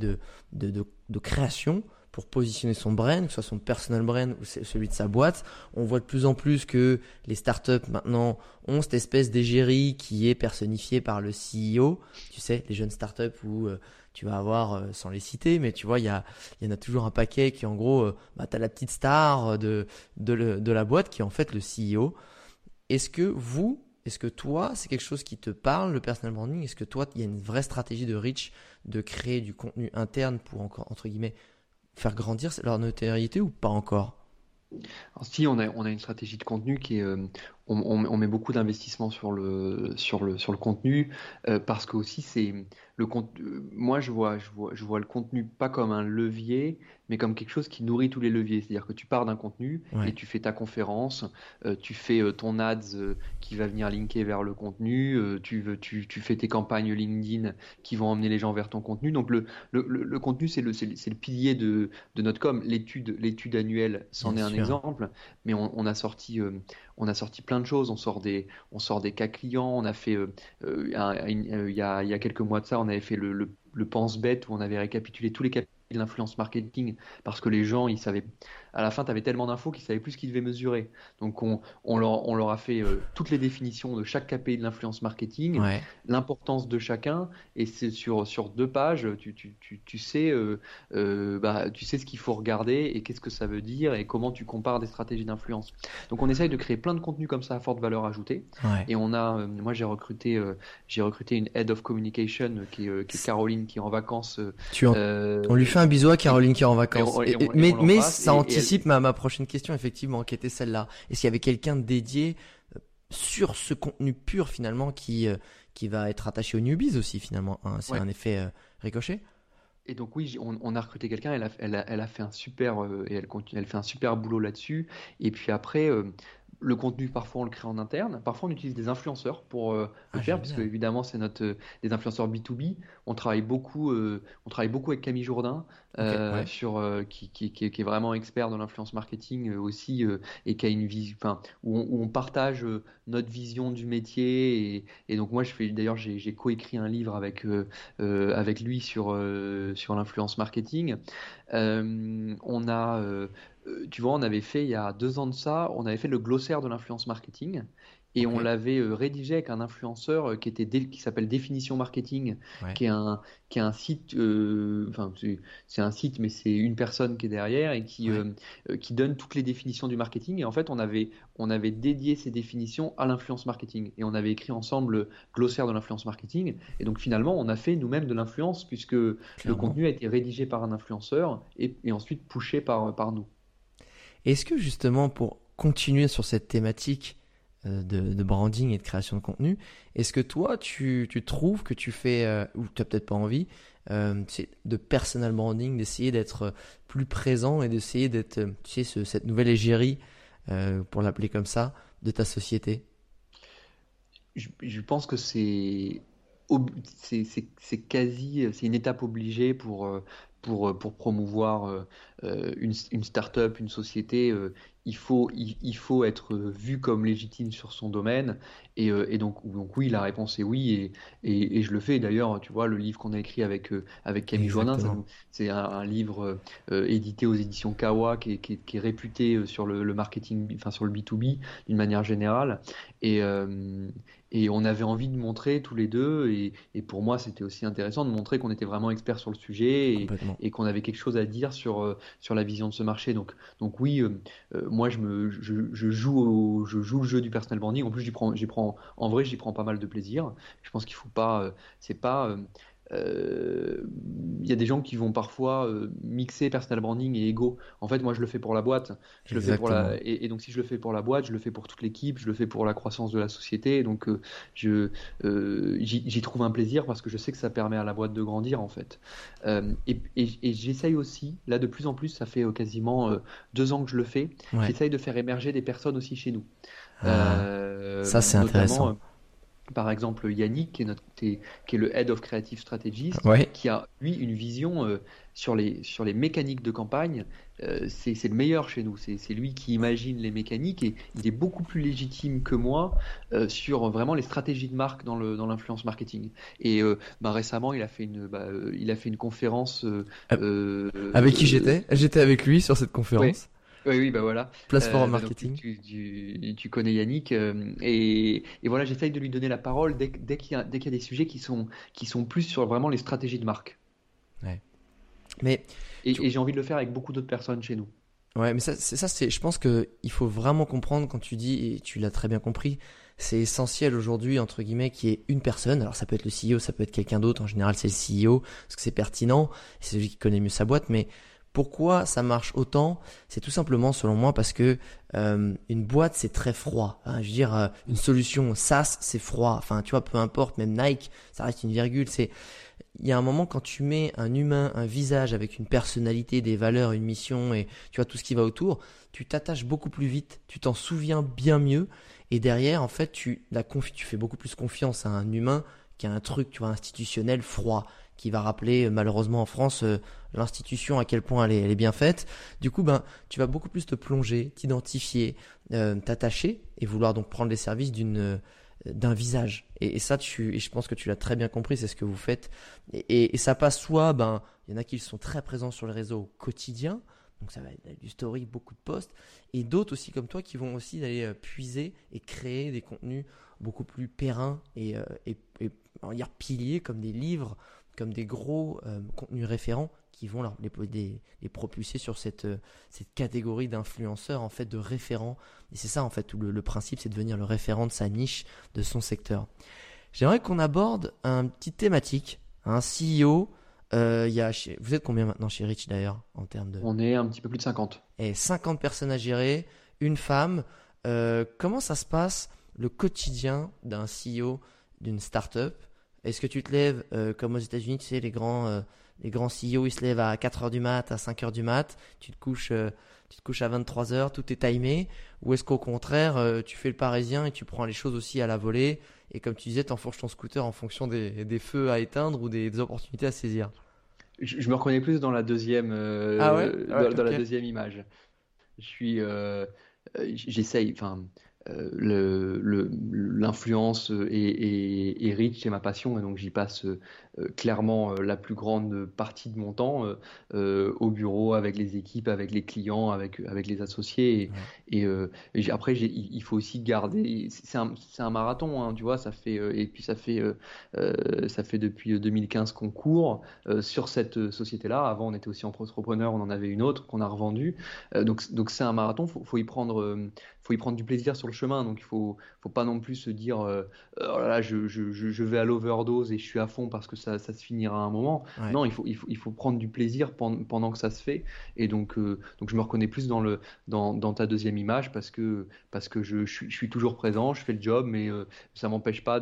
de création pour positionner son brand, que ce soit son personal brand ou celui de sa boîte. On voit de plus en plus que les startups maintenant ont cette espèce d'égérie qui est personnifiée par le CEO. Tu sais, les jeunes startups où tu vas avoir, sans les citer, mais tu vois, il y en a toujours un paquet qui en gros, bah, tu as la petite star de la boîte qui est en fait le CEO. Est-ce que toi, c'est quelque chose qui te parle, le personal branding? Est-ce que toi, il y a une vraie stratégie de reach, de créer du contenu interne pour encore, entre guillemets, faire grandir leur notoriété ou pas encore? Alors, si on a une stratégie de contenu on met beaucoup d'investissement sur le contenu parce que aussi c'est moi je vois le contenu pas comme un levier mais comme quelque chose qui nourrit tous les leviers. C'est-à-dire que tu pars d'un contenu et Ouais. tu fais ta conférence, tu fais ton ads qui va venir linker vers le contenu, tu fais tes campagnes LinkedIn qui vont emmener les gens vers ton contenu. Donc le contenu c'est le pilier de notre com. L'étude annuelle Bien c'en est un sûr. exemple, mais on a sorti plein de choses. On sort des cas clients. On a fait, il y a quelques mois de ça, on avait fait le pense-bête où on avait récapitulé tous les KPI de l'influence marketing parce que les gens, ils savaient, à la fin, tu avais tellement d'infos qu'ils savaient plus ce qu'ils devaient mesurer. Donc, on leur a fait toutes les définitions de chaque KPI de l'influence marketing, Ouais. l'importance de chacun, et c'est sur 2 pages, tu sais, tu sais ce qu'il faut regarder et qu'est-ce que ça veut dire et comment tu compares des stratégies d'influence. Donc, on essaye de créer plein de contenus comme ça à forte valeur ajoutée. Ouais. Et moi, j'ai recruté une head of communication qui est Caroline, qui est en vacances. Tu en- euh, On lui fait un bisou à et, Caroline qui est en et vacances. on, et on- et Mais, on mais l'embrasse. ça Et anticipe ma prochaine question, effectivement, qui était celle-là. Est-ce qu'il y avait quelqu'un de dédié sur ce contenu pur, finalement, qui va être attaché aux newbies aussi, finalement, hein? C'est ouais. un effet ricochet? Et donc oui, on a recruté quelqu'un. Elle a fait un super et elle fait un super boulot là-dessus. Et puis après, le contenu parfois on le crée en interne. Parfois on utilise des influenceurs pour le Ah, faire, parce que génial. évidemment c'est des influenceurs B2B. On travaille beaucoup avec Camille Jourdain, Ok, ouais. qui est vraiment expert dans l'influence marketing aussi, et qui a une vision, enfin, où on partage notre vision du métier. Et donc moi d'ailleurs j'ai coécrit un livre avec lui sur l'influence marketing. Tu vois, on avait fait il y a 2 ans de ça, on avait fait le glossaire de l'influence marketing et Ok, on l'avait rédigé avec un influenceur qui s'appelle Définition Marketing, ouais. qui est un site, enfin c'est un site, mais c'est une personne qui est derrière et Ouais. qui donne toutes les définitions du marketing. Et en fait, on avait dédié ces définitions à l'influence marketing et on avait écrit ensemble le glossaire de l'influence marketing. Et donc finalement, on a fait nous-mêmes de l'influence puisque le Clairement. contenu a été rédigé par un influenceur et ensuite pushé par nous. Est-ce que justement, pour continuer sur cette thématique de branding et de création de contenu, est-ce que toi, tu trouves que tu fais, ou tu n'as peut-être pas envie, c'est de personal branding, d'essayer d'être plus présent et d'essayer d'être, tu sais, cette nouvelle égérie, pour l'appeler comme ça, de ta société? Je pense que c'est une étape obligée pour promouvoir une start-up, une société. Il faut être vu comme légitime sur son domaine. Et donc oui, la réponse est oui. Et je le fais. D'ailleurs, tu vois, le livre qu'on a écrit avec Camille Jourdain, Exactement. c'est un livre édité aux éditions Kawa qui est réputé sur le marketing, enfin sur le B2B d'une manière générale. Et, euh, et on avait envie de montrer tous les deux, et pour moi c'était aussi intéressant de montrer qu'on était vraiment experts sur le sujet Complètement. et qu'on avait quelque chose à dire sur la vision de ce marché. Donc oui, moi je joue le jeu du personal branding. En plus en vrai j'y prends pas mal de plaisir. Je pense qu'il faut pas, c'est pas, il y a des gens qui vont parfois mixer personal branding et ego. En fait, moi, je le fais pour la boîte. Je le fais Exactement. et donc, si je le fais pour la boîte, je le fais pour toute l'équipe, je le fais pour la croissance de la société. Donc, j'y trouve un plaisir parce que je sais que ça permet à la boîte de grandir, en fait. Et j'essaye aussi, là, de plus en plus, ça fait quasiment 2 ans que je le fais, Ouais. j'essaye de faire émerger des personnes aussi chez nous. Ah, ça c'est Notamment, intéressant. par exemple, Yannick, qui est le Head of Creative Strategist, Ouais. qui a, lui, une vision sur les mécaniques de campagne. C'est le meilleur chez nous. C'est lui qui imagine les mécaniques et il est beaucoup plus légitime que moi sur vraiment les stratégies de marque dans l'influence marketing. Et récemment, il a fait une conférence. Avec qui Euh, j'étais? J'étais avec lui sur cette ouais. conférence. Oui, oui, bah voilà. Place Forum Donc Marketing. tu connais Yannick, et voilà, j'essaye de lui donner la parole dès qu'il y a des sujets qui sont plus sur vraiment les stratégies de marque. Ouais. Mais tu, Et j'ai envie de le faire avec beaucoup d'autres personnes chez nous. ouais, mais je pense que il faut vraiment comprendre quand tu dis, et tu l'as très bien compris, c'est essentiel aujourd'hui, entre guillemets, qu'il y ait une personne. Alors, ça peut être le CEO, ça peut être quelqu'un d'autre. En général, c'est le CEO, parce que c'est pertinent. C'est celui qui connaît mieux sa boîte. Mais Pourquoi ça marche autant? C'est tout simplement, selon moi, parce que une boîte, c'est très froid. Hein. Je veux dire, une solution SaaS, c'est froid. Enfin, tu vois, peu importe, même Nike, ça reste une virgule. Il y a un moment quand tu mets un humain, un visage avec une personnalité, des valeurs, une mission et tu vois tout ce qui va autour, tu t'attaches beaucoup plus vite, tu t'en souviens bien mieux et derrière, en fait, tu fais beaucoup plus confiance à un humain qu'à un truc, tu vois, institutionnel, froid, qui va rappeler malheureusement en France l'institution à quel point elle est bien faite. Du coup, tu vas beaucoup plus te plonger, t'identifier, t'attacher et vouloir donc prendre les services d'un visage. Et ça, et je pense que tu l'as très bien compris, c'est ce que vous faites. Et ça passe soit, il y en a qui sont très présents sur les réseaux au quotidien, donc ça va être du story, beaucoup de posts, et d'autres aussi comme toi qui vont aussi aller puiser et créer des contenus beaucoup plus pérennes et on va dire piliers comme des livres, comme des gros contenus référents qui vont les propulser sur cette catégorie d'influenceurs, en fait, de référents. Et c'est ça, en fait, tout le principe, c'est de devenir le référent de sa niche, de son secteur. J'aimerais qu'on aborde une petite thématique, un CEO. Vous êtes combien maintenant chez Rich d'ailleurs, en termes de... On est un petit peu plus de 50. Et 50 personnes à gérer, une femme. Comment ça se passe, le quotidien d'un CEO d'une startup? Est-ce que tu te lèves, comme aux États-Unis, tu sais, les grands CEO, ils se lèvent à 4h du mat, à 5h du mat, tu te couches à 23h, tout est timé, ou est-ce qu'au contraire, tu fais le parisien et tu prends les choses aussi à la volée, et comme tu disais, t'enfourches ton scooter en fonction des feux à éteindre ou des opportunités à saisir? Je me reconnais plus dans la deuxième, Ah ouais? Ouais, dans la ok. deuxième image. J'essaye, enfin, l'influence est riche, c'est ma passion, et donc j'y passe clairement la plus grande partie de mon temps au bureau, avec les équipes, avec les clients, avec les associés. Ouais. Après, il faut aussi garder, c'est un marathon, hein, tu vois, et puis ça fait depuis 2015 qu'on court sur cette société-là. Avant, on était aussi entrepreneur, on en avait une autre qu'on a revendue. Donc c'est un marathon, faut y prendre du plaisir sur le chemin. Donc faut pas non plus se dire oh là là, je vais à l'overdose et je suis à fond parce que ça se finira à un moment. Ouais. Non, il faut prendre du plaisir pendant que ça se fait. Et donc je me reconnais plus dans ta deuxième image parce que je suis toujours présent, je fais le job, mais ça m'empêche pas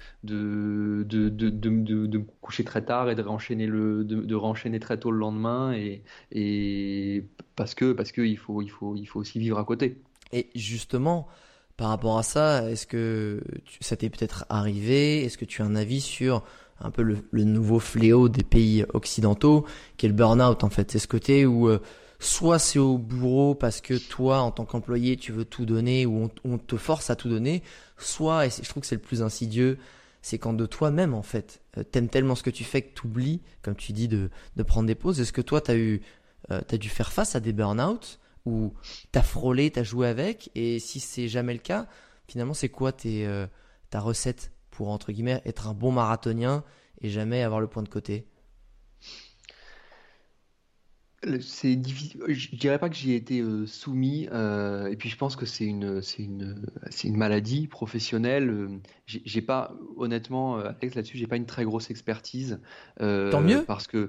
de me coucher très tard et de renchaîner très tôt le lendemain et parce que il faut aussi vivre à côté. Et justement, par rapport à ça, est-ce que ça t'est peut-être arrivé? Est-ce que tu as un avis sur un peu le nouveau fléau des pays occidentaux, qui est le burn-out en fait? C'est ce côté où soit c'est au bureau parce que toi, en tant qu'employé, tu veux tout donner ou on te force à tout donner, soit, et je trouve que c'est le plus insidieux, c'est quand de toi-même en fait, t'aimes tellement ce que tu fais que t'oublies, comme tu dis, de prendre des pauses. Est-ce que toi, t'as dû faire face à des burn-out ou t'as frôlé, t'as joué avec, et si c'est jamais le cas, finalement, c'est quoi ta recette pour, entre guillemets, être un bon marathonien et jamais avoir le point de côté? C'est difficile. Je dirais pas que j'y ai été soumis. Et puis je pense que c'est une maladie professionnelle. J'ai pas, honnêtement, Alex, là-dessus, j'ai pas une très grosse expertise Tant mieux. parce que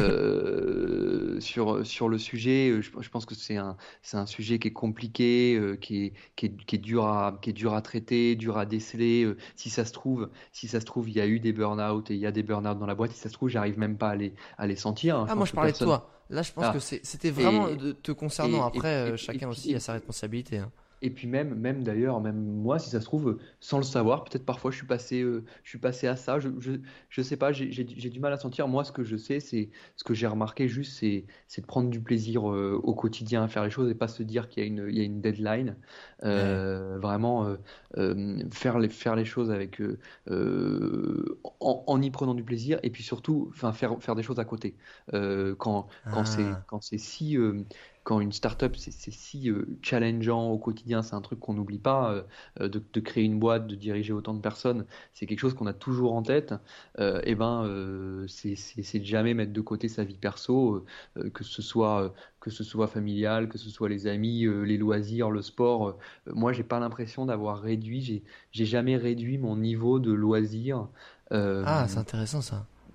sur le sujet, je pense que c'est un sujet qui est compliqué, qui est dur à traiter, dur à déceler. Si ça se trouve, il y a eu des burn-out et il y a des burn-out dans la boîte. Si ça se trouve, j'arrive même pas à les sentir, hein. Je Ah, moi pense je que parlais de personne. toi. Là, je pense que Ah, c'était vraiment et, de te concernant. et, et, Après, et chacun puis, aussi a sa responsabilité, hein. et puis même d'ailleurs, même moi, si ça se trouve, sans le savoir, peut-être parfois je suis passé à ça. Je sais pas, j'ai du mal à sentir. Moi, ce que je sais, c'est ce que j'ai remarqué juste, c'est de prendre du plaisir au quotidien à faire les choses et pas se dire qu'il y a une deadline. Ouais. Vraiment faire les choses avec en y prenant du plaisir et puis surtout, enfin faire des choses à côté. Quand c'est Ah. quand c'est si quand une startup c'est si challengeant au quotidien, c'est un truc qu'on n'oublie pas, de créer une boîte, de diriger autant de personnes, c'est quelque chose qu'on a toujours en tête. C'est de jamais mettre de côté sa vie perso, que ce soit familial, que ce soit les amis, les loisirs, le sport. Moi, j'ai pas l'impression d'avoir réduit, j'ai jamais réduit mon niveau de loisirs. Ah, c'est Euh, intéressant ça.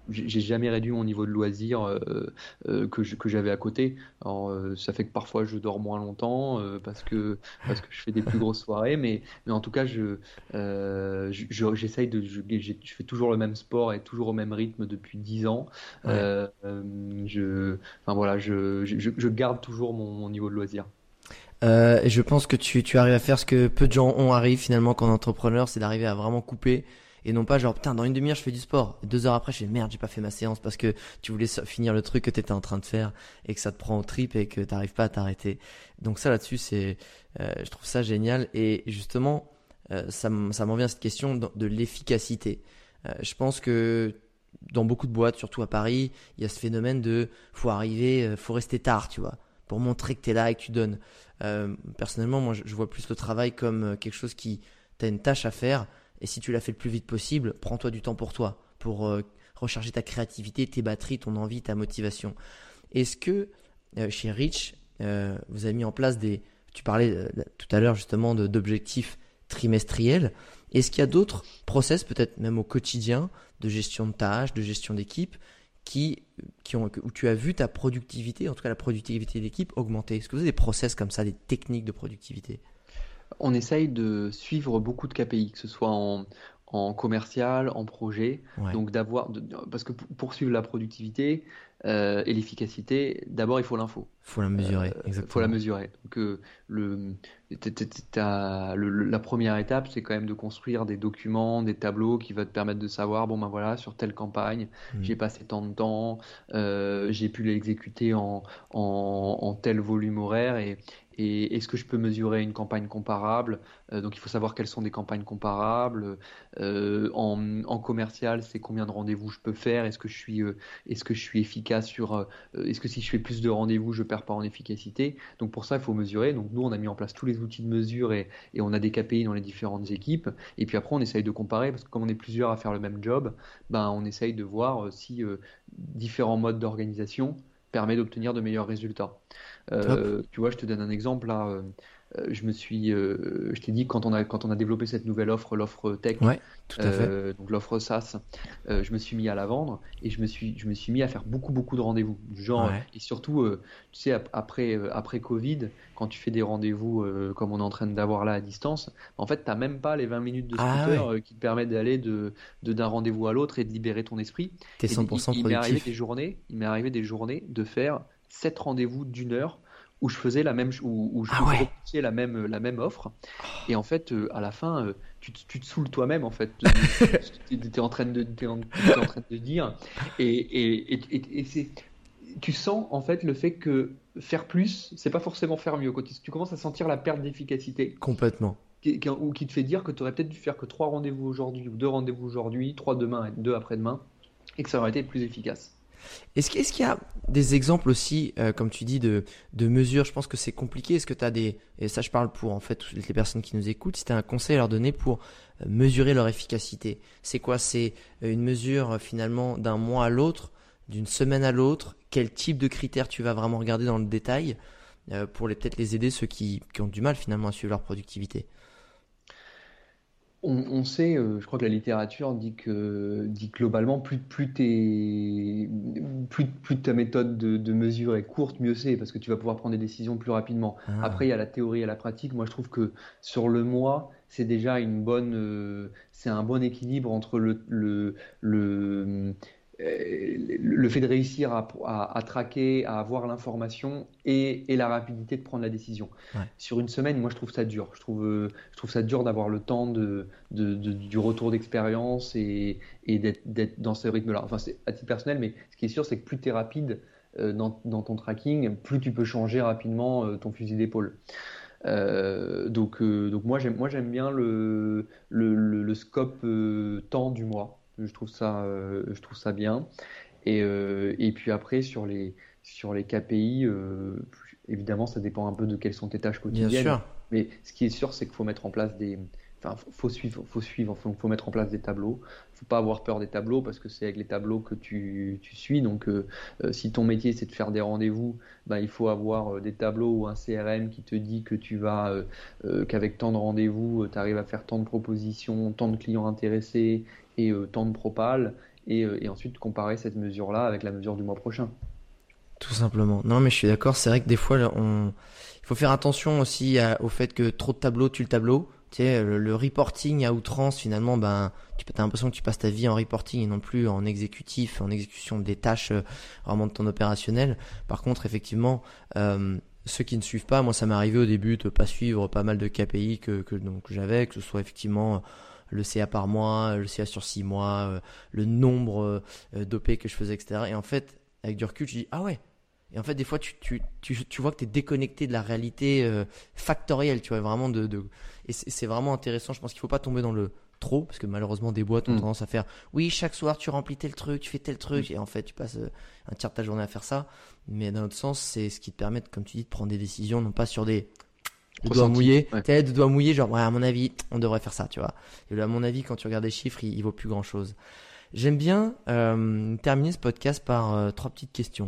j'ai jamais réduit mon niveau de loisir que j'avais à côté. Alors, ça fait que parfois je dors moins longtemps parce que je fais des plus grosses soirées, mais en tout cas, j'essaye je fais toujours le même sport et toujours au même rythme depuis 10 ans. Ouais. Enfin voilà, je garde toujours mon niveau de loisir. Et je pense que tu arrives à faire ce que peu de gens ont arrivé finalement quand on est entrepreneur, c'est d'arriver à vraiment couper et non pas genre putain dans une demi-heure je fais du sport, et 2 heures après je fais merde j'ai pas fait ma séance parce que tu voulais finir le truc que t'étais en train de faire et que ça te prend au trip et que t'arrives pas à t'arrêter. Donc ça là-dessus je trouve ça génial et justement ça m'en vient à cette question de l'efficacité. Je pense que dans beaucoup de boîtes, surtout à Paris, il y a ce phénomène de faut arriver, faut rester tard, tu vois, pour montrer que tu es là et que tu donnes. Personnellement, moi, je vois plus le travail comme quelque chose qui t'as une tâche à faire et si tu la fais le plus vite possible, prends-toi du temps pour toi, pour recharger ta créativité, tes batteries, ton envie, ta motivation. Est-ce que chez Rich, vous avez mis en place tu parlais tout à l'heure justement d'objectifs trimestriels. Est-ce qu'il y a d'autres process, peut-être même au quotidien, de gestion de tâches, de gestion d'équipe, où tu as vu ta productivité, en tout cas la productivité d'équipe, augmenter? Est-ce que vous avez des process comme ça, des techniques de productivité? On essaye de suivre beaucoup de KPI, que ce soit en commercial, en projet. Ouais, Donc parce que pour suivre la productivité et l'efficacité, d'abord il faut l'info. faut la mesurer, Faut la exactement. mesurer. Donc le, la première étape, c'est quand même de construire des documents, des tableaux qui vont te permettre de savoir, bon ben voilà, sur telle campagne, Hmm. j'ai passé tant de temps, j'ai pu l'exécuter en tel volume horaire et est-ce que je peux mesurer une campagne comparable? Donc il faut savoir quelles sont des campagnes comparables. En commercial, c'est combien de rendez-vous je peux faire? Est-ce que je suis efficace est-ce que si je fais plus de rendez-vous, je perds pas en efficacité? Donc pour ça, il faut mesurer. Donc nous, on a mis en place tous les outils de mesure et on a des KPI dans les différentes équipes. Et puis après, on essaye de comparer parce que comme on est plusieurs à faire le même job, ben on essaye de voir si différents modes d'organisation permettent d'obtenir de meilleurs résultats. Top. Tu vois, je te donne un exemple là. Je t'ai dit quand on a développé cette nouvelle offre, l'offre tech, Ouais, tout à fait. donc l'offre SaaS, je me suis mis à la vendre et je me suis mis à faire beaucoup de rendez-vous. Ouais. Et surtout, tu sais, après Covid, quand tu fais des rendez-vous comme on est en train d'avoir là à distance, en fait, t'as même pas les 20 minutes de Ah scooter ouais, qui te permettent d'aller d'un rendez-vous à l'autre et de libérer ton esprit. t'es Et 100% productif. il m'est arrivé des journées de faire 7 rendez-vous d'1 heure où je faisais où Ah je ouais. repoussais la même offre. Et en fait, à la fin, tu te saoules toi-même, en fait. Tu étais en train t'étais en train de dire. Tu sens, en fait, le fait que faire plus, c'est pas forcément faire mieux. Quand tu commences à sentir la perte d'efficacité, Complètement. ou qui te fait dire que tu aurais peut-être dû faire que 3 rendez-vous aujourd'hui, ou 2 rendez-vous aujourd'hui, 3 demain et 2 après-demain, et que ça aurait été plus efficace. Est-ce qu'il y a des exemples aussi, comme tu dis, de mesures? Je pense que c'est compliqué. Est-ce que tu as et ça je parle pour en fait toutes les personnes qui nous écoutent, si tu as un conseil à leur donner pour mesurer leur efficacité? C'est quoi? C'est une mesure finalement d'un mois à l'autre, d'une semaine à l'autre? Quel type de critères tu vas vraiment regarder dans le détail pour peut-être les aider, ceux qui ont du mal finalement à suivre leur productivité? On sait, je crois que la littérature dit que globalement, plus ta méthode de mesure est courte, mieux c'est, parce que tu vas pouvoir prendre des décisions plus rapidement. Après, il Ah, y a la théorie et la pratique. Moi, je trouve que sur le mois, c'est déjà c'est un bon équilibre entre le fait de réussir à traquer, à avoir l'information et la rapidité de prendre la décision. ouais. Sur une semaine, moi, je trouve ça dur. Je trouve ça dur d'avoir le temps du retour d'expérience et d'être dans ce rythme-là. Enfin, c'est à titre personnel, mais ce qui est sûr, c'est que plus tu es rapide dans ton tracking, plus tu peux changer rapidement ton fusil d'épaule. Donc moi j'aime bien le scope temps du mois. Je trouve ça bien. Et puis après sur les KPI, évidemment ça dépend un peu de quelles sont tes tâches Bien quotidiennes. sûr. Mais ce qui est sûr c'est qu'il faut mettre en place faut mettre en place des tableaux. Faut pas avoir peur des tableaux parce que c'est avec les tableaux que tu suis. Donc si ton métier c'est de faire des rendez-vous, ben, il faut avoir des tableaux ou un CRM qui te dit que qu'avec tant de rendez-vous, tu arrives à faire tant de propositions, tant de clients intéressés et tant de propals. et ensuite comparer cette mesure-là avec la mesure du mois prochain. Tout simplement. Non, mais je suis d'accord. C'est vrai que des fois, il faut faire attention aussi au fait que trop de tableaux tue le tableau. Tu sais, le reporting à outrance, finalement, ben, tu as l'impression que tu passes ta vie en reporting et non plus en exécutif, en exécution des tâches vraiment de ton opérationnel. Par contre, effectivement, ceux qui ne suivent pas, moi, ça m'est arrivé au début de pas suivre pas mal de KPI donc j'avais, que ce soit effectivement le CA par mois, le CA sur 6 mois, le nombre d'OP que je faisais, etc. Et en fait, avec du recul, je dis, ah ouais. Et en fait, des fois, tu vois que tu es déconnecté de la réalité factorielle, tu vois, vraiment et c'est vraiment intéressant. Je pense qu'il faut pas tomber dans le trop, parce que malheureusement, des boîtes ont tendance à faire, oui, chaque soir, tu remplis tel truc, tu fais tel truc, et en fait, tu passes un tiers de ta journée à faire ça. Mais d'un autre sens, c'est ce qui te permet, comme tu dis, de prendre des décisions, non pas sur des doigts mouillés. Tu sais, de doigts mouillés, genre, ouais, à mon avis, on devrait faire ça, tu vois. Et à mon avis, quand tu regardes les chiffres, il vaut plus grand chose. J'aime bien terminer ce podcast par 3 petites questions.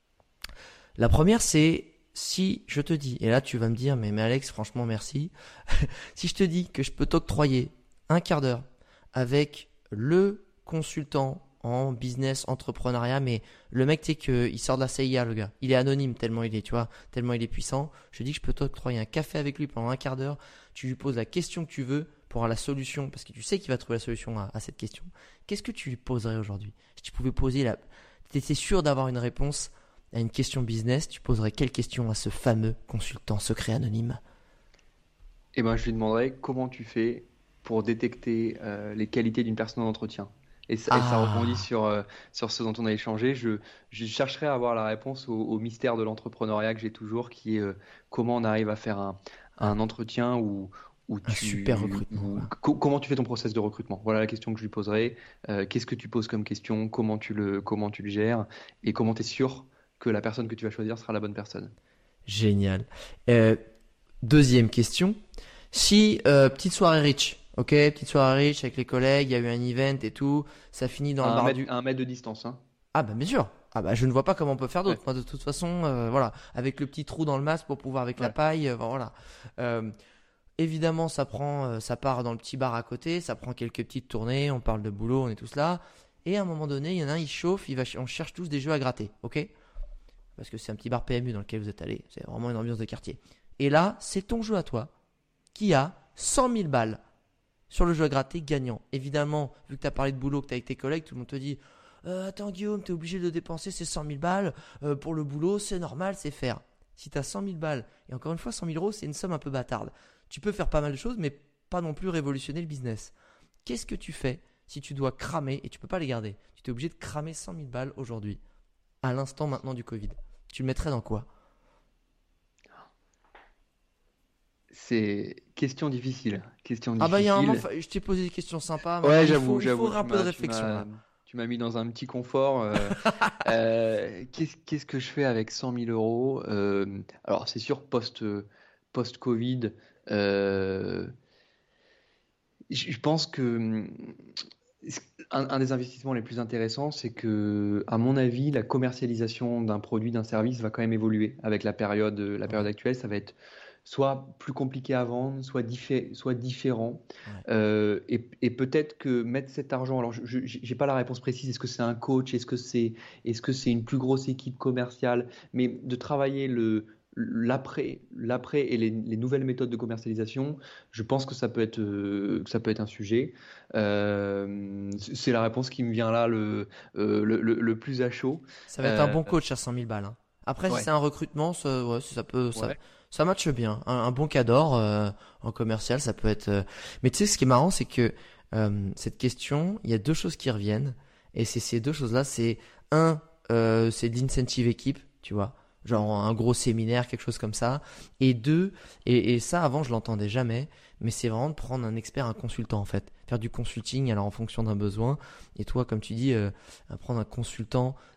La première, c'est si je te dis, et là tu vas me dire, mais Alex, franchement merci, si je te dis que je peux t'octroyer un quart d'heure avec le consultant en business, entrepreneuriat, mais le mec, tu sais qu'il sort de la CIA, le gars, il est anonyme tellement il est, tu vois, tellement il est puissant, je te dis que je peux t'octroyer un café avec lui pendant un quart d'heure, tu lui poses la question que tu veux pour avoir la solution, parce que tu sais qu'il va trouver la solution à cette question. Qu'est-ce que tu lui poserais aujourd'hui? Si tu pouvais poser tu étais sûr d'avoir une réponse à une question business, tu poserais quelle question à ce fameux consultant secret anonyme? Eh ben, je lui demanderais comment tu fais pour détecter les qualités d'une personne en entretien. Et ça rebondit sur ce dont on a échangé. Je chercherai à avoir la réponse au mystère de l'entrepreneuriat que j'ai toujours, qui est comment on arrive à faire un entretien où super recrutement. Comment tu fais ton process de recrutement? Voilà la question que je lui poserai. Qu'est-ce que tu poses comme question? Comment tu le gères? Et comment tu es sûr que la personne que tu vas choisir sera la bonne personne? Génial. Deuxième question. Si petite soirée riche, ok, petite soirée riche avec les collègues, il y a eu un event et tout, ça finit dans le bar à 1 mètre de distance, hein. Ah bah bien sûr. Ah bah je ne vois pas comment on peut faire d'autre. Moi, de toute façon, voilà, avec le petit trou dans le masque pour pouvoir avec la paille, voilà. Évidemment, ça part dans le petit bar à côté, ça prend quelques petites tournées, on parle de boulot, on est tous là. Et à un moment donné, il y en a un, il chauffe, on cherche tous des jeux à gratter, ok? Parce que c'est un petit bar PMU dans lequel vous êtes allé, c'est vraiment une ambiance de quartier. Et là, c'est ton jeu à toi qui a 100 000 balles sur le jeu à gratter gagnant. Évidemment, vu que tu as parlé de boulot, que tu es avec tes collègues, tout le monde te dit attends Guillaume, tu es obligé de dépenser ces 100 000 balles pour le boulot, c'est normal, c'est faire. Si tu as 100 000 balles, et encore une fois, 100 000 euros, c'est une somme un peu bâtarde. Tu peux faire pas mal de choses, mais pas non plus révolutionner le business. Qu'est-ce que tu fais si tu dois cramer, et tu peux pas les garder, tu es obligé de cramer 100 000 balles aujourd'hui, à l'instant maintenant du Covid? Tu le mettrais dans quoi? C'est question difficile. Question Ah bah il y a un moment, difficile. je t'ai posé des questions sympas, Ouais, maintenant il j'avoue. faut un peu de réflexion là. Tu m'as mis dans un petit confort. Qu'est-ce que je fais avec 100 000 euros? Alors, c'est sûr, post-Covid, je pense que un des investissements les plus intéressants, c'est que, à mon avis, la commercialisation d'un produit, d'un service va quand même évoluer avec la période actuelle. Ça va être soit plus compliqué à vendre, soit différent. Ouais. Et peut-être que mettre cet argent, alors je n'ai pas la réponse précise, est-ce que c'est un coach, est-ce que c'est une plus grosse équipe commerciale, mais de travailler l'après et les nouvelles méthodes de commercialisation, je pense que ça peut être un sujet. C'est la réponse qui me vient là le plus à chaud. Ça va être un bon coach à 100 000 balles, hein. Après, si c'est un recrutement, ça matche bien. Un bon cador en commercial, ça peut être. Mais tu sais, ce qui est marrant, c'est que cette question, il y a 2 choses qui reviennent. Et c'est ces 2 choses-là. C'est c'est de l'incentive équipe, tu vois. Genre un gros séminaire, quelque chose comme ça. Et 2, et ça avant je l'entendais jamais, mais c'est vraiment de prendre un expert, un consultant en fait. Faire du consulting alors en fonction d'un besoin. Et toi, comme tu dis, prendre un consultant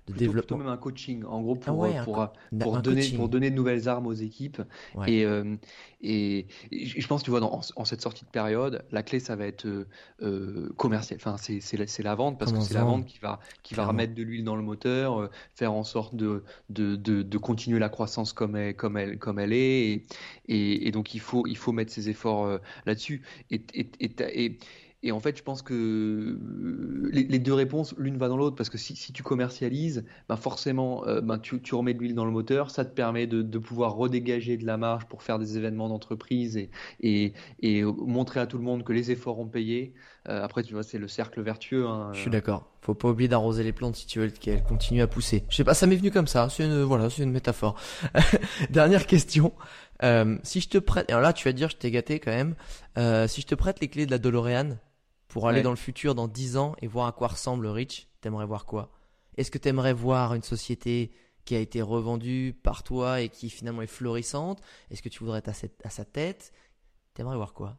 de Plutôt développement. même un coaching, en gros, Ah ouais, un pour coaching. donner de nouvelles armes aux équipes. Ouais, Et je pense, tu vois, en cette sortie de période, la clé, ça va être commercial. Enfin, c'est la vente, parce que comment se c'est la vendre, vente qui va clairement. remettre de l'huile dans le moteur, faire en sorte de continuer la croissance comme elle est. Et donc, il faut mettre ses efforts là-dessus. Et, et, et, et en fait, je pense que les deux réponses, l'une va dans l'autre, parce que si tu commercialises, ben forcément, tu remets de l'huile dans le moteur, ça te permet de pouvoir redégager de la marge pour faire des événements d'entreprise et montrer à tout le monde que les efforts ont payé. Après, tu vois, c'est le cercle vertueux, hein. Je suis d'accord. Faut pas oublier d'arroser les plantes si tu veux qu'elles continuent à pousser. Je sais pas, ça m'est venu comme ça. Voilà, c'est une métaphore. Dernière question. Si je te prête, alors là, tu vas te dire, je t'ai gâté quand même. Si je te prête les clés de la DeLorean pour aller dans Ouais. le futur dans 10 ans et voir à quoi ressemble Rich, t'aimerais voir quoi? Est-ce que t'aimerais voir une société qui a été revendue par toi et qui finalement est florissante? Est-ce que tu voudrais être à sa tête? T'aimerais voir quoi?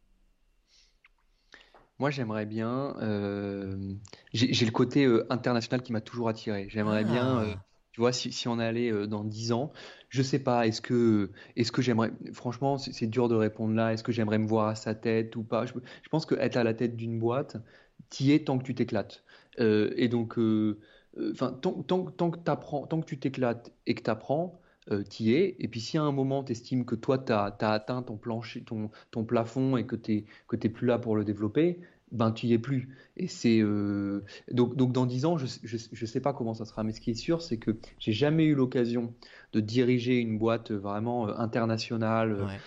Moi, j'aimerais bien. J'ai le côté international qui m'a toujours attiré. J'aimerais bien, Ah, tu vois, si on allait dans 10 ans, je sais pas, est-ce que j'aimerais. Franchement, c'est dur de répondre là. Est-ce que j'aimerais me voir à sa tête ou pas? Je pense que être à la tête d'une boîte, t'y es tant que tu t'éclates. Et donc, enfin, tant que tu t'éclates et que t'apprends, t'y es. Et puis, si à un moment, t'estimes que toi, t'as atteint ton plancher, ton plafond et que t'es plus là pour le développer, ben tu y es plus. Et c'est donc dans 10 ans, je sais pas comment ça sera, mais ce qui est sûr, c'est que j'ai jamais eu l'occasion de diriger une boîte vraiment internationale ouais.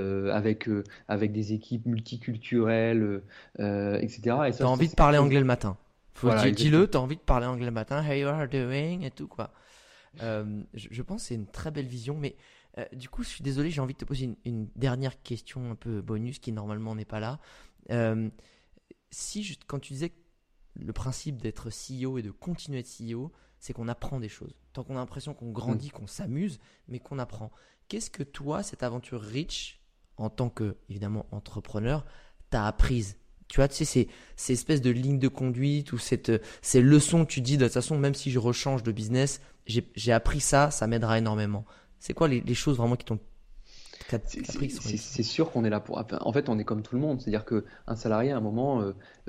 avec des équipes multiculturelles, etc. Et T'as ça envie de c'est quelque parler chose. anglais le matin. Voilà, Dis-le, exactement. t'as envie de parler anglais le matin. Hey, you are doing et tout quoi. Je pense que c'est une très belle vision, mais du coup, je suis désolé, j'ai envie de te poser une dernière question un peu bonus qui normalement n'est pas là. Euh, Quand tu disais que le principe d'être CEO et de continuer à être CEO, c'est qu'on apprend des choses. Tant qu'on a l'impression qu'on Mm. grandit, qu'on s'amuse, mais qu'on apprend. Qu'est-ce que toi, cette aventure Rich, en tant que, évidemment, entrepreneur, t'as apprise? Tu vois, tu sais, ces espèces de lignes de conduite ou ces leçons que tu dis, de toute façon, même si je rechange de business, j'ai appris ça, ça m'aidera énormément. C'est quoi les choses vraiment qui t'ont appris qui sont réussies? C'est sûr qu'on est là pour. Enfin, en fait, on est comme tout le monde. C'est-à-dire qu'un salarié, à un moment,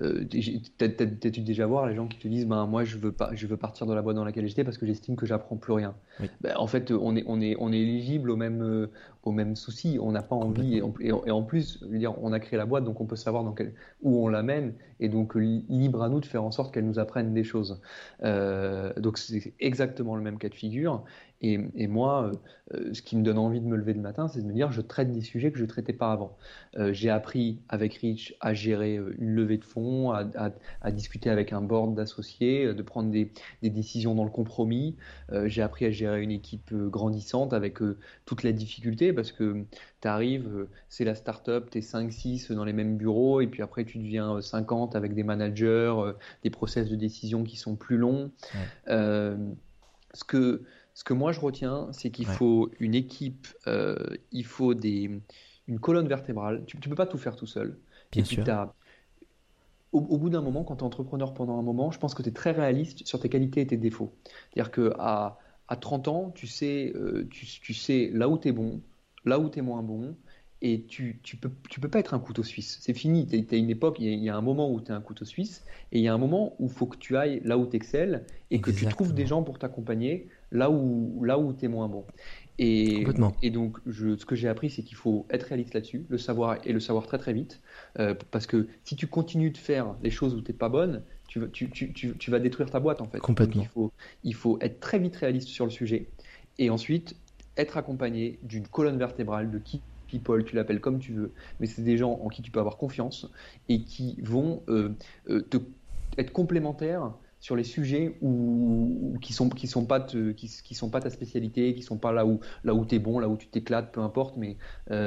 t'as dû déjà voir les gens qui te disent, ben moi, je veux partir de la boîte dans laquelle j'étais parce que j'estime que j'apprends plus rien. Oui, Ben, en fait, on est éligible aux mêmes soucis. On n'a pas envie. complètement. Et en plus, je veux dire, on a créé la boîte, donc on peut savoir où on l'amène. Et donc, libre à nous de faire en sorte qu'elle nous apprenne des choses. Donc, c'est exactement le même cas de figure. Et moi, ce qui me donne envie de me lever le matin, c'est de me dire, je traite des sujets que je ne traitais pas avant. J'ai appris avec Rich à gérer une levée de fonds, à discuter avec un board d'associés, de prendre des décisions dans le compromis. J'ai appris à gérer une équipe grandissante avec toutes les difficultés parce que tu arrives, c'est la start-up, tu es 5-6 dans les mêmes bureaux et puis après tu deviens 50 avec des managers, des process de décision qui sont plus longs. Ouais, Euh, ce que, ce que moi je retiens, c'est qu'il ouais, faut une équipe, il faut une colonne vertébrale. Tu ne peux pas tout faire tout seul. Et bien puis sûr. au bout d'un moment, quand tu es entrepreneur pendant un moment, je pense que tu es très réaliste sur tes qualités et tes défauts. C'est-à-dire à 30 ans, tu sais là où tu es bon, là où tu es moins bon. Et tu peux pas être un couteau suisse. C'est fini. Tu as une époque, il y a un moment où tu es un couteau suisse, et il y a un moment où il faut que tu ailles là où tu excelles et que tu trouves des Exactement. gens pour t'accompagner là où tu es moins bon. Complètement. Et donc, ce que j'ai appris, c'est qu'il faut être réaliste là-dessus, le savoir et le savoir très très vite. Parce que si tu continues de faire les choses où tu n'es pas bonne, tu vas détruire ta boîte en fait. Donc, Complètement. il faut être très vite réaliste sur le sujet. Et ensuite, être accompagné d'une colonne vertébrale, de key people, tu l'appelles comme tu veux, mais c'est des gens en qui tu peux avoir confiance et qui vont être complémentaires sur les sujets qui sont pas qui sont pas ta spécialité, qui sont pas là où tu es bon, là où tu t'éclates, peu importe, mais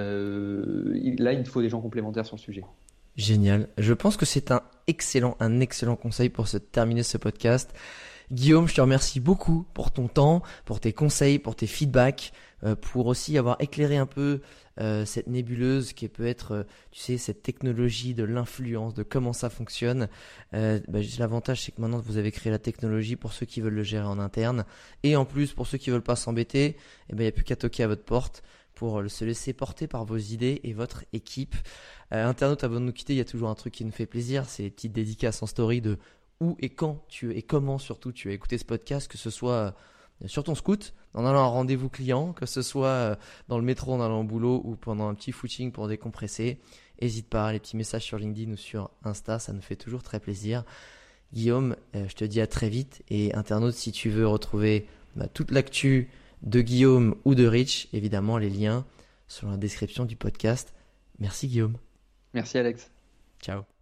là il te faut des gens complémentaires sur le sujet. Génial. Je pense que c'est un excellent conseil pour terminer ce podcast. Guillaume, je te remercie beaucoup pour ton temps, pour tes conseils, pour tes feedbacks, pour aussi avoir éclairé un peu cette nébuleuse qui peut être, tu sais, cette technologie de l'influence, de comment ça fonctionne. L'avantage, c'est que maintenant vous avez créé la technologie pour ceux qui veulent le gérer en interne. Et en plus, pour ceux qui veulent pas s'embêter, il n'y a plus qu'à toquer à votre porte pour se laisser porter par vos idées et votre équipe. Internaute, avant de nous quitter, il y a toujours un truc qui nous fait plaisir, c'est les petites dédicaces en story de où et quand et comment surtout tu as écouté ce podcast, que ce soit sur ton scoot, en allant à un rendez-vous client, que ce soit dans le métro en allant au boulot ou pendant un petit footing pour décompresser. N'hésite pas, les petits messages sur LinkedIn ou sur Insta, ça nous fait toujours très plaisir. Guillaume, je te dis à très vite, et internaute, si tu veux retrouver toute l'actu de Guillaume ou de Rich, évidemment les liens sont dans la description du podcast. Merci Guillaume. Merci Alex. Ciao.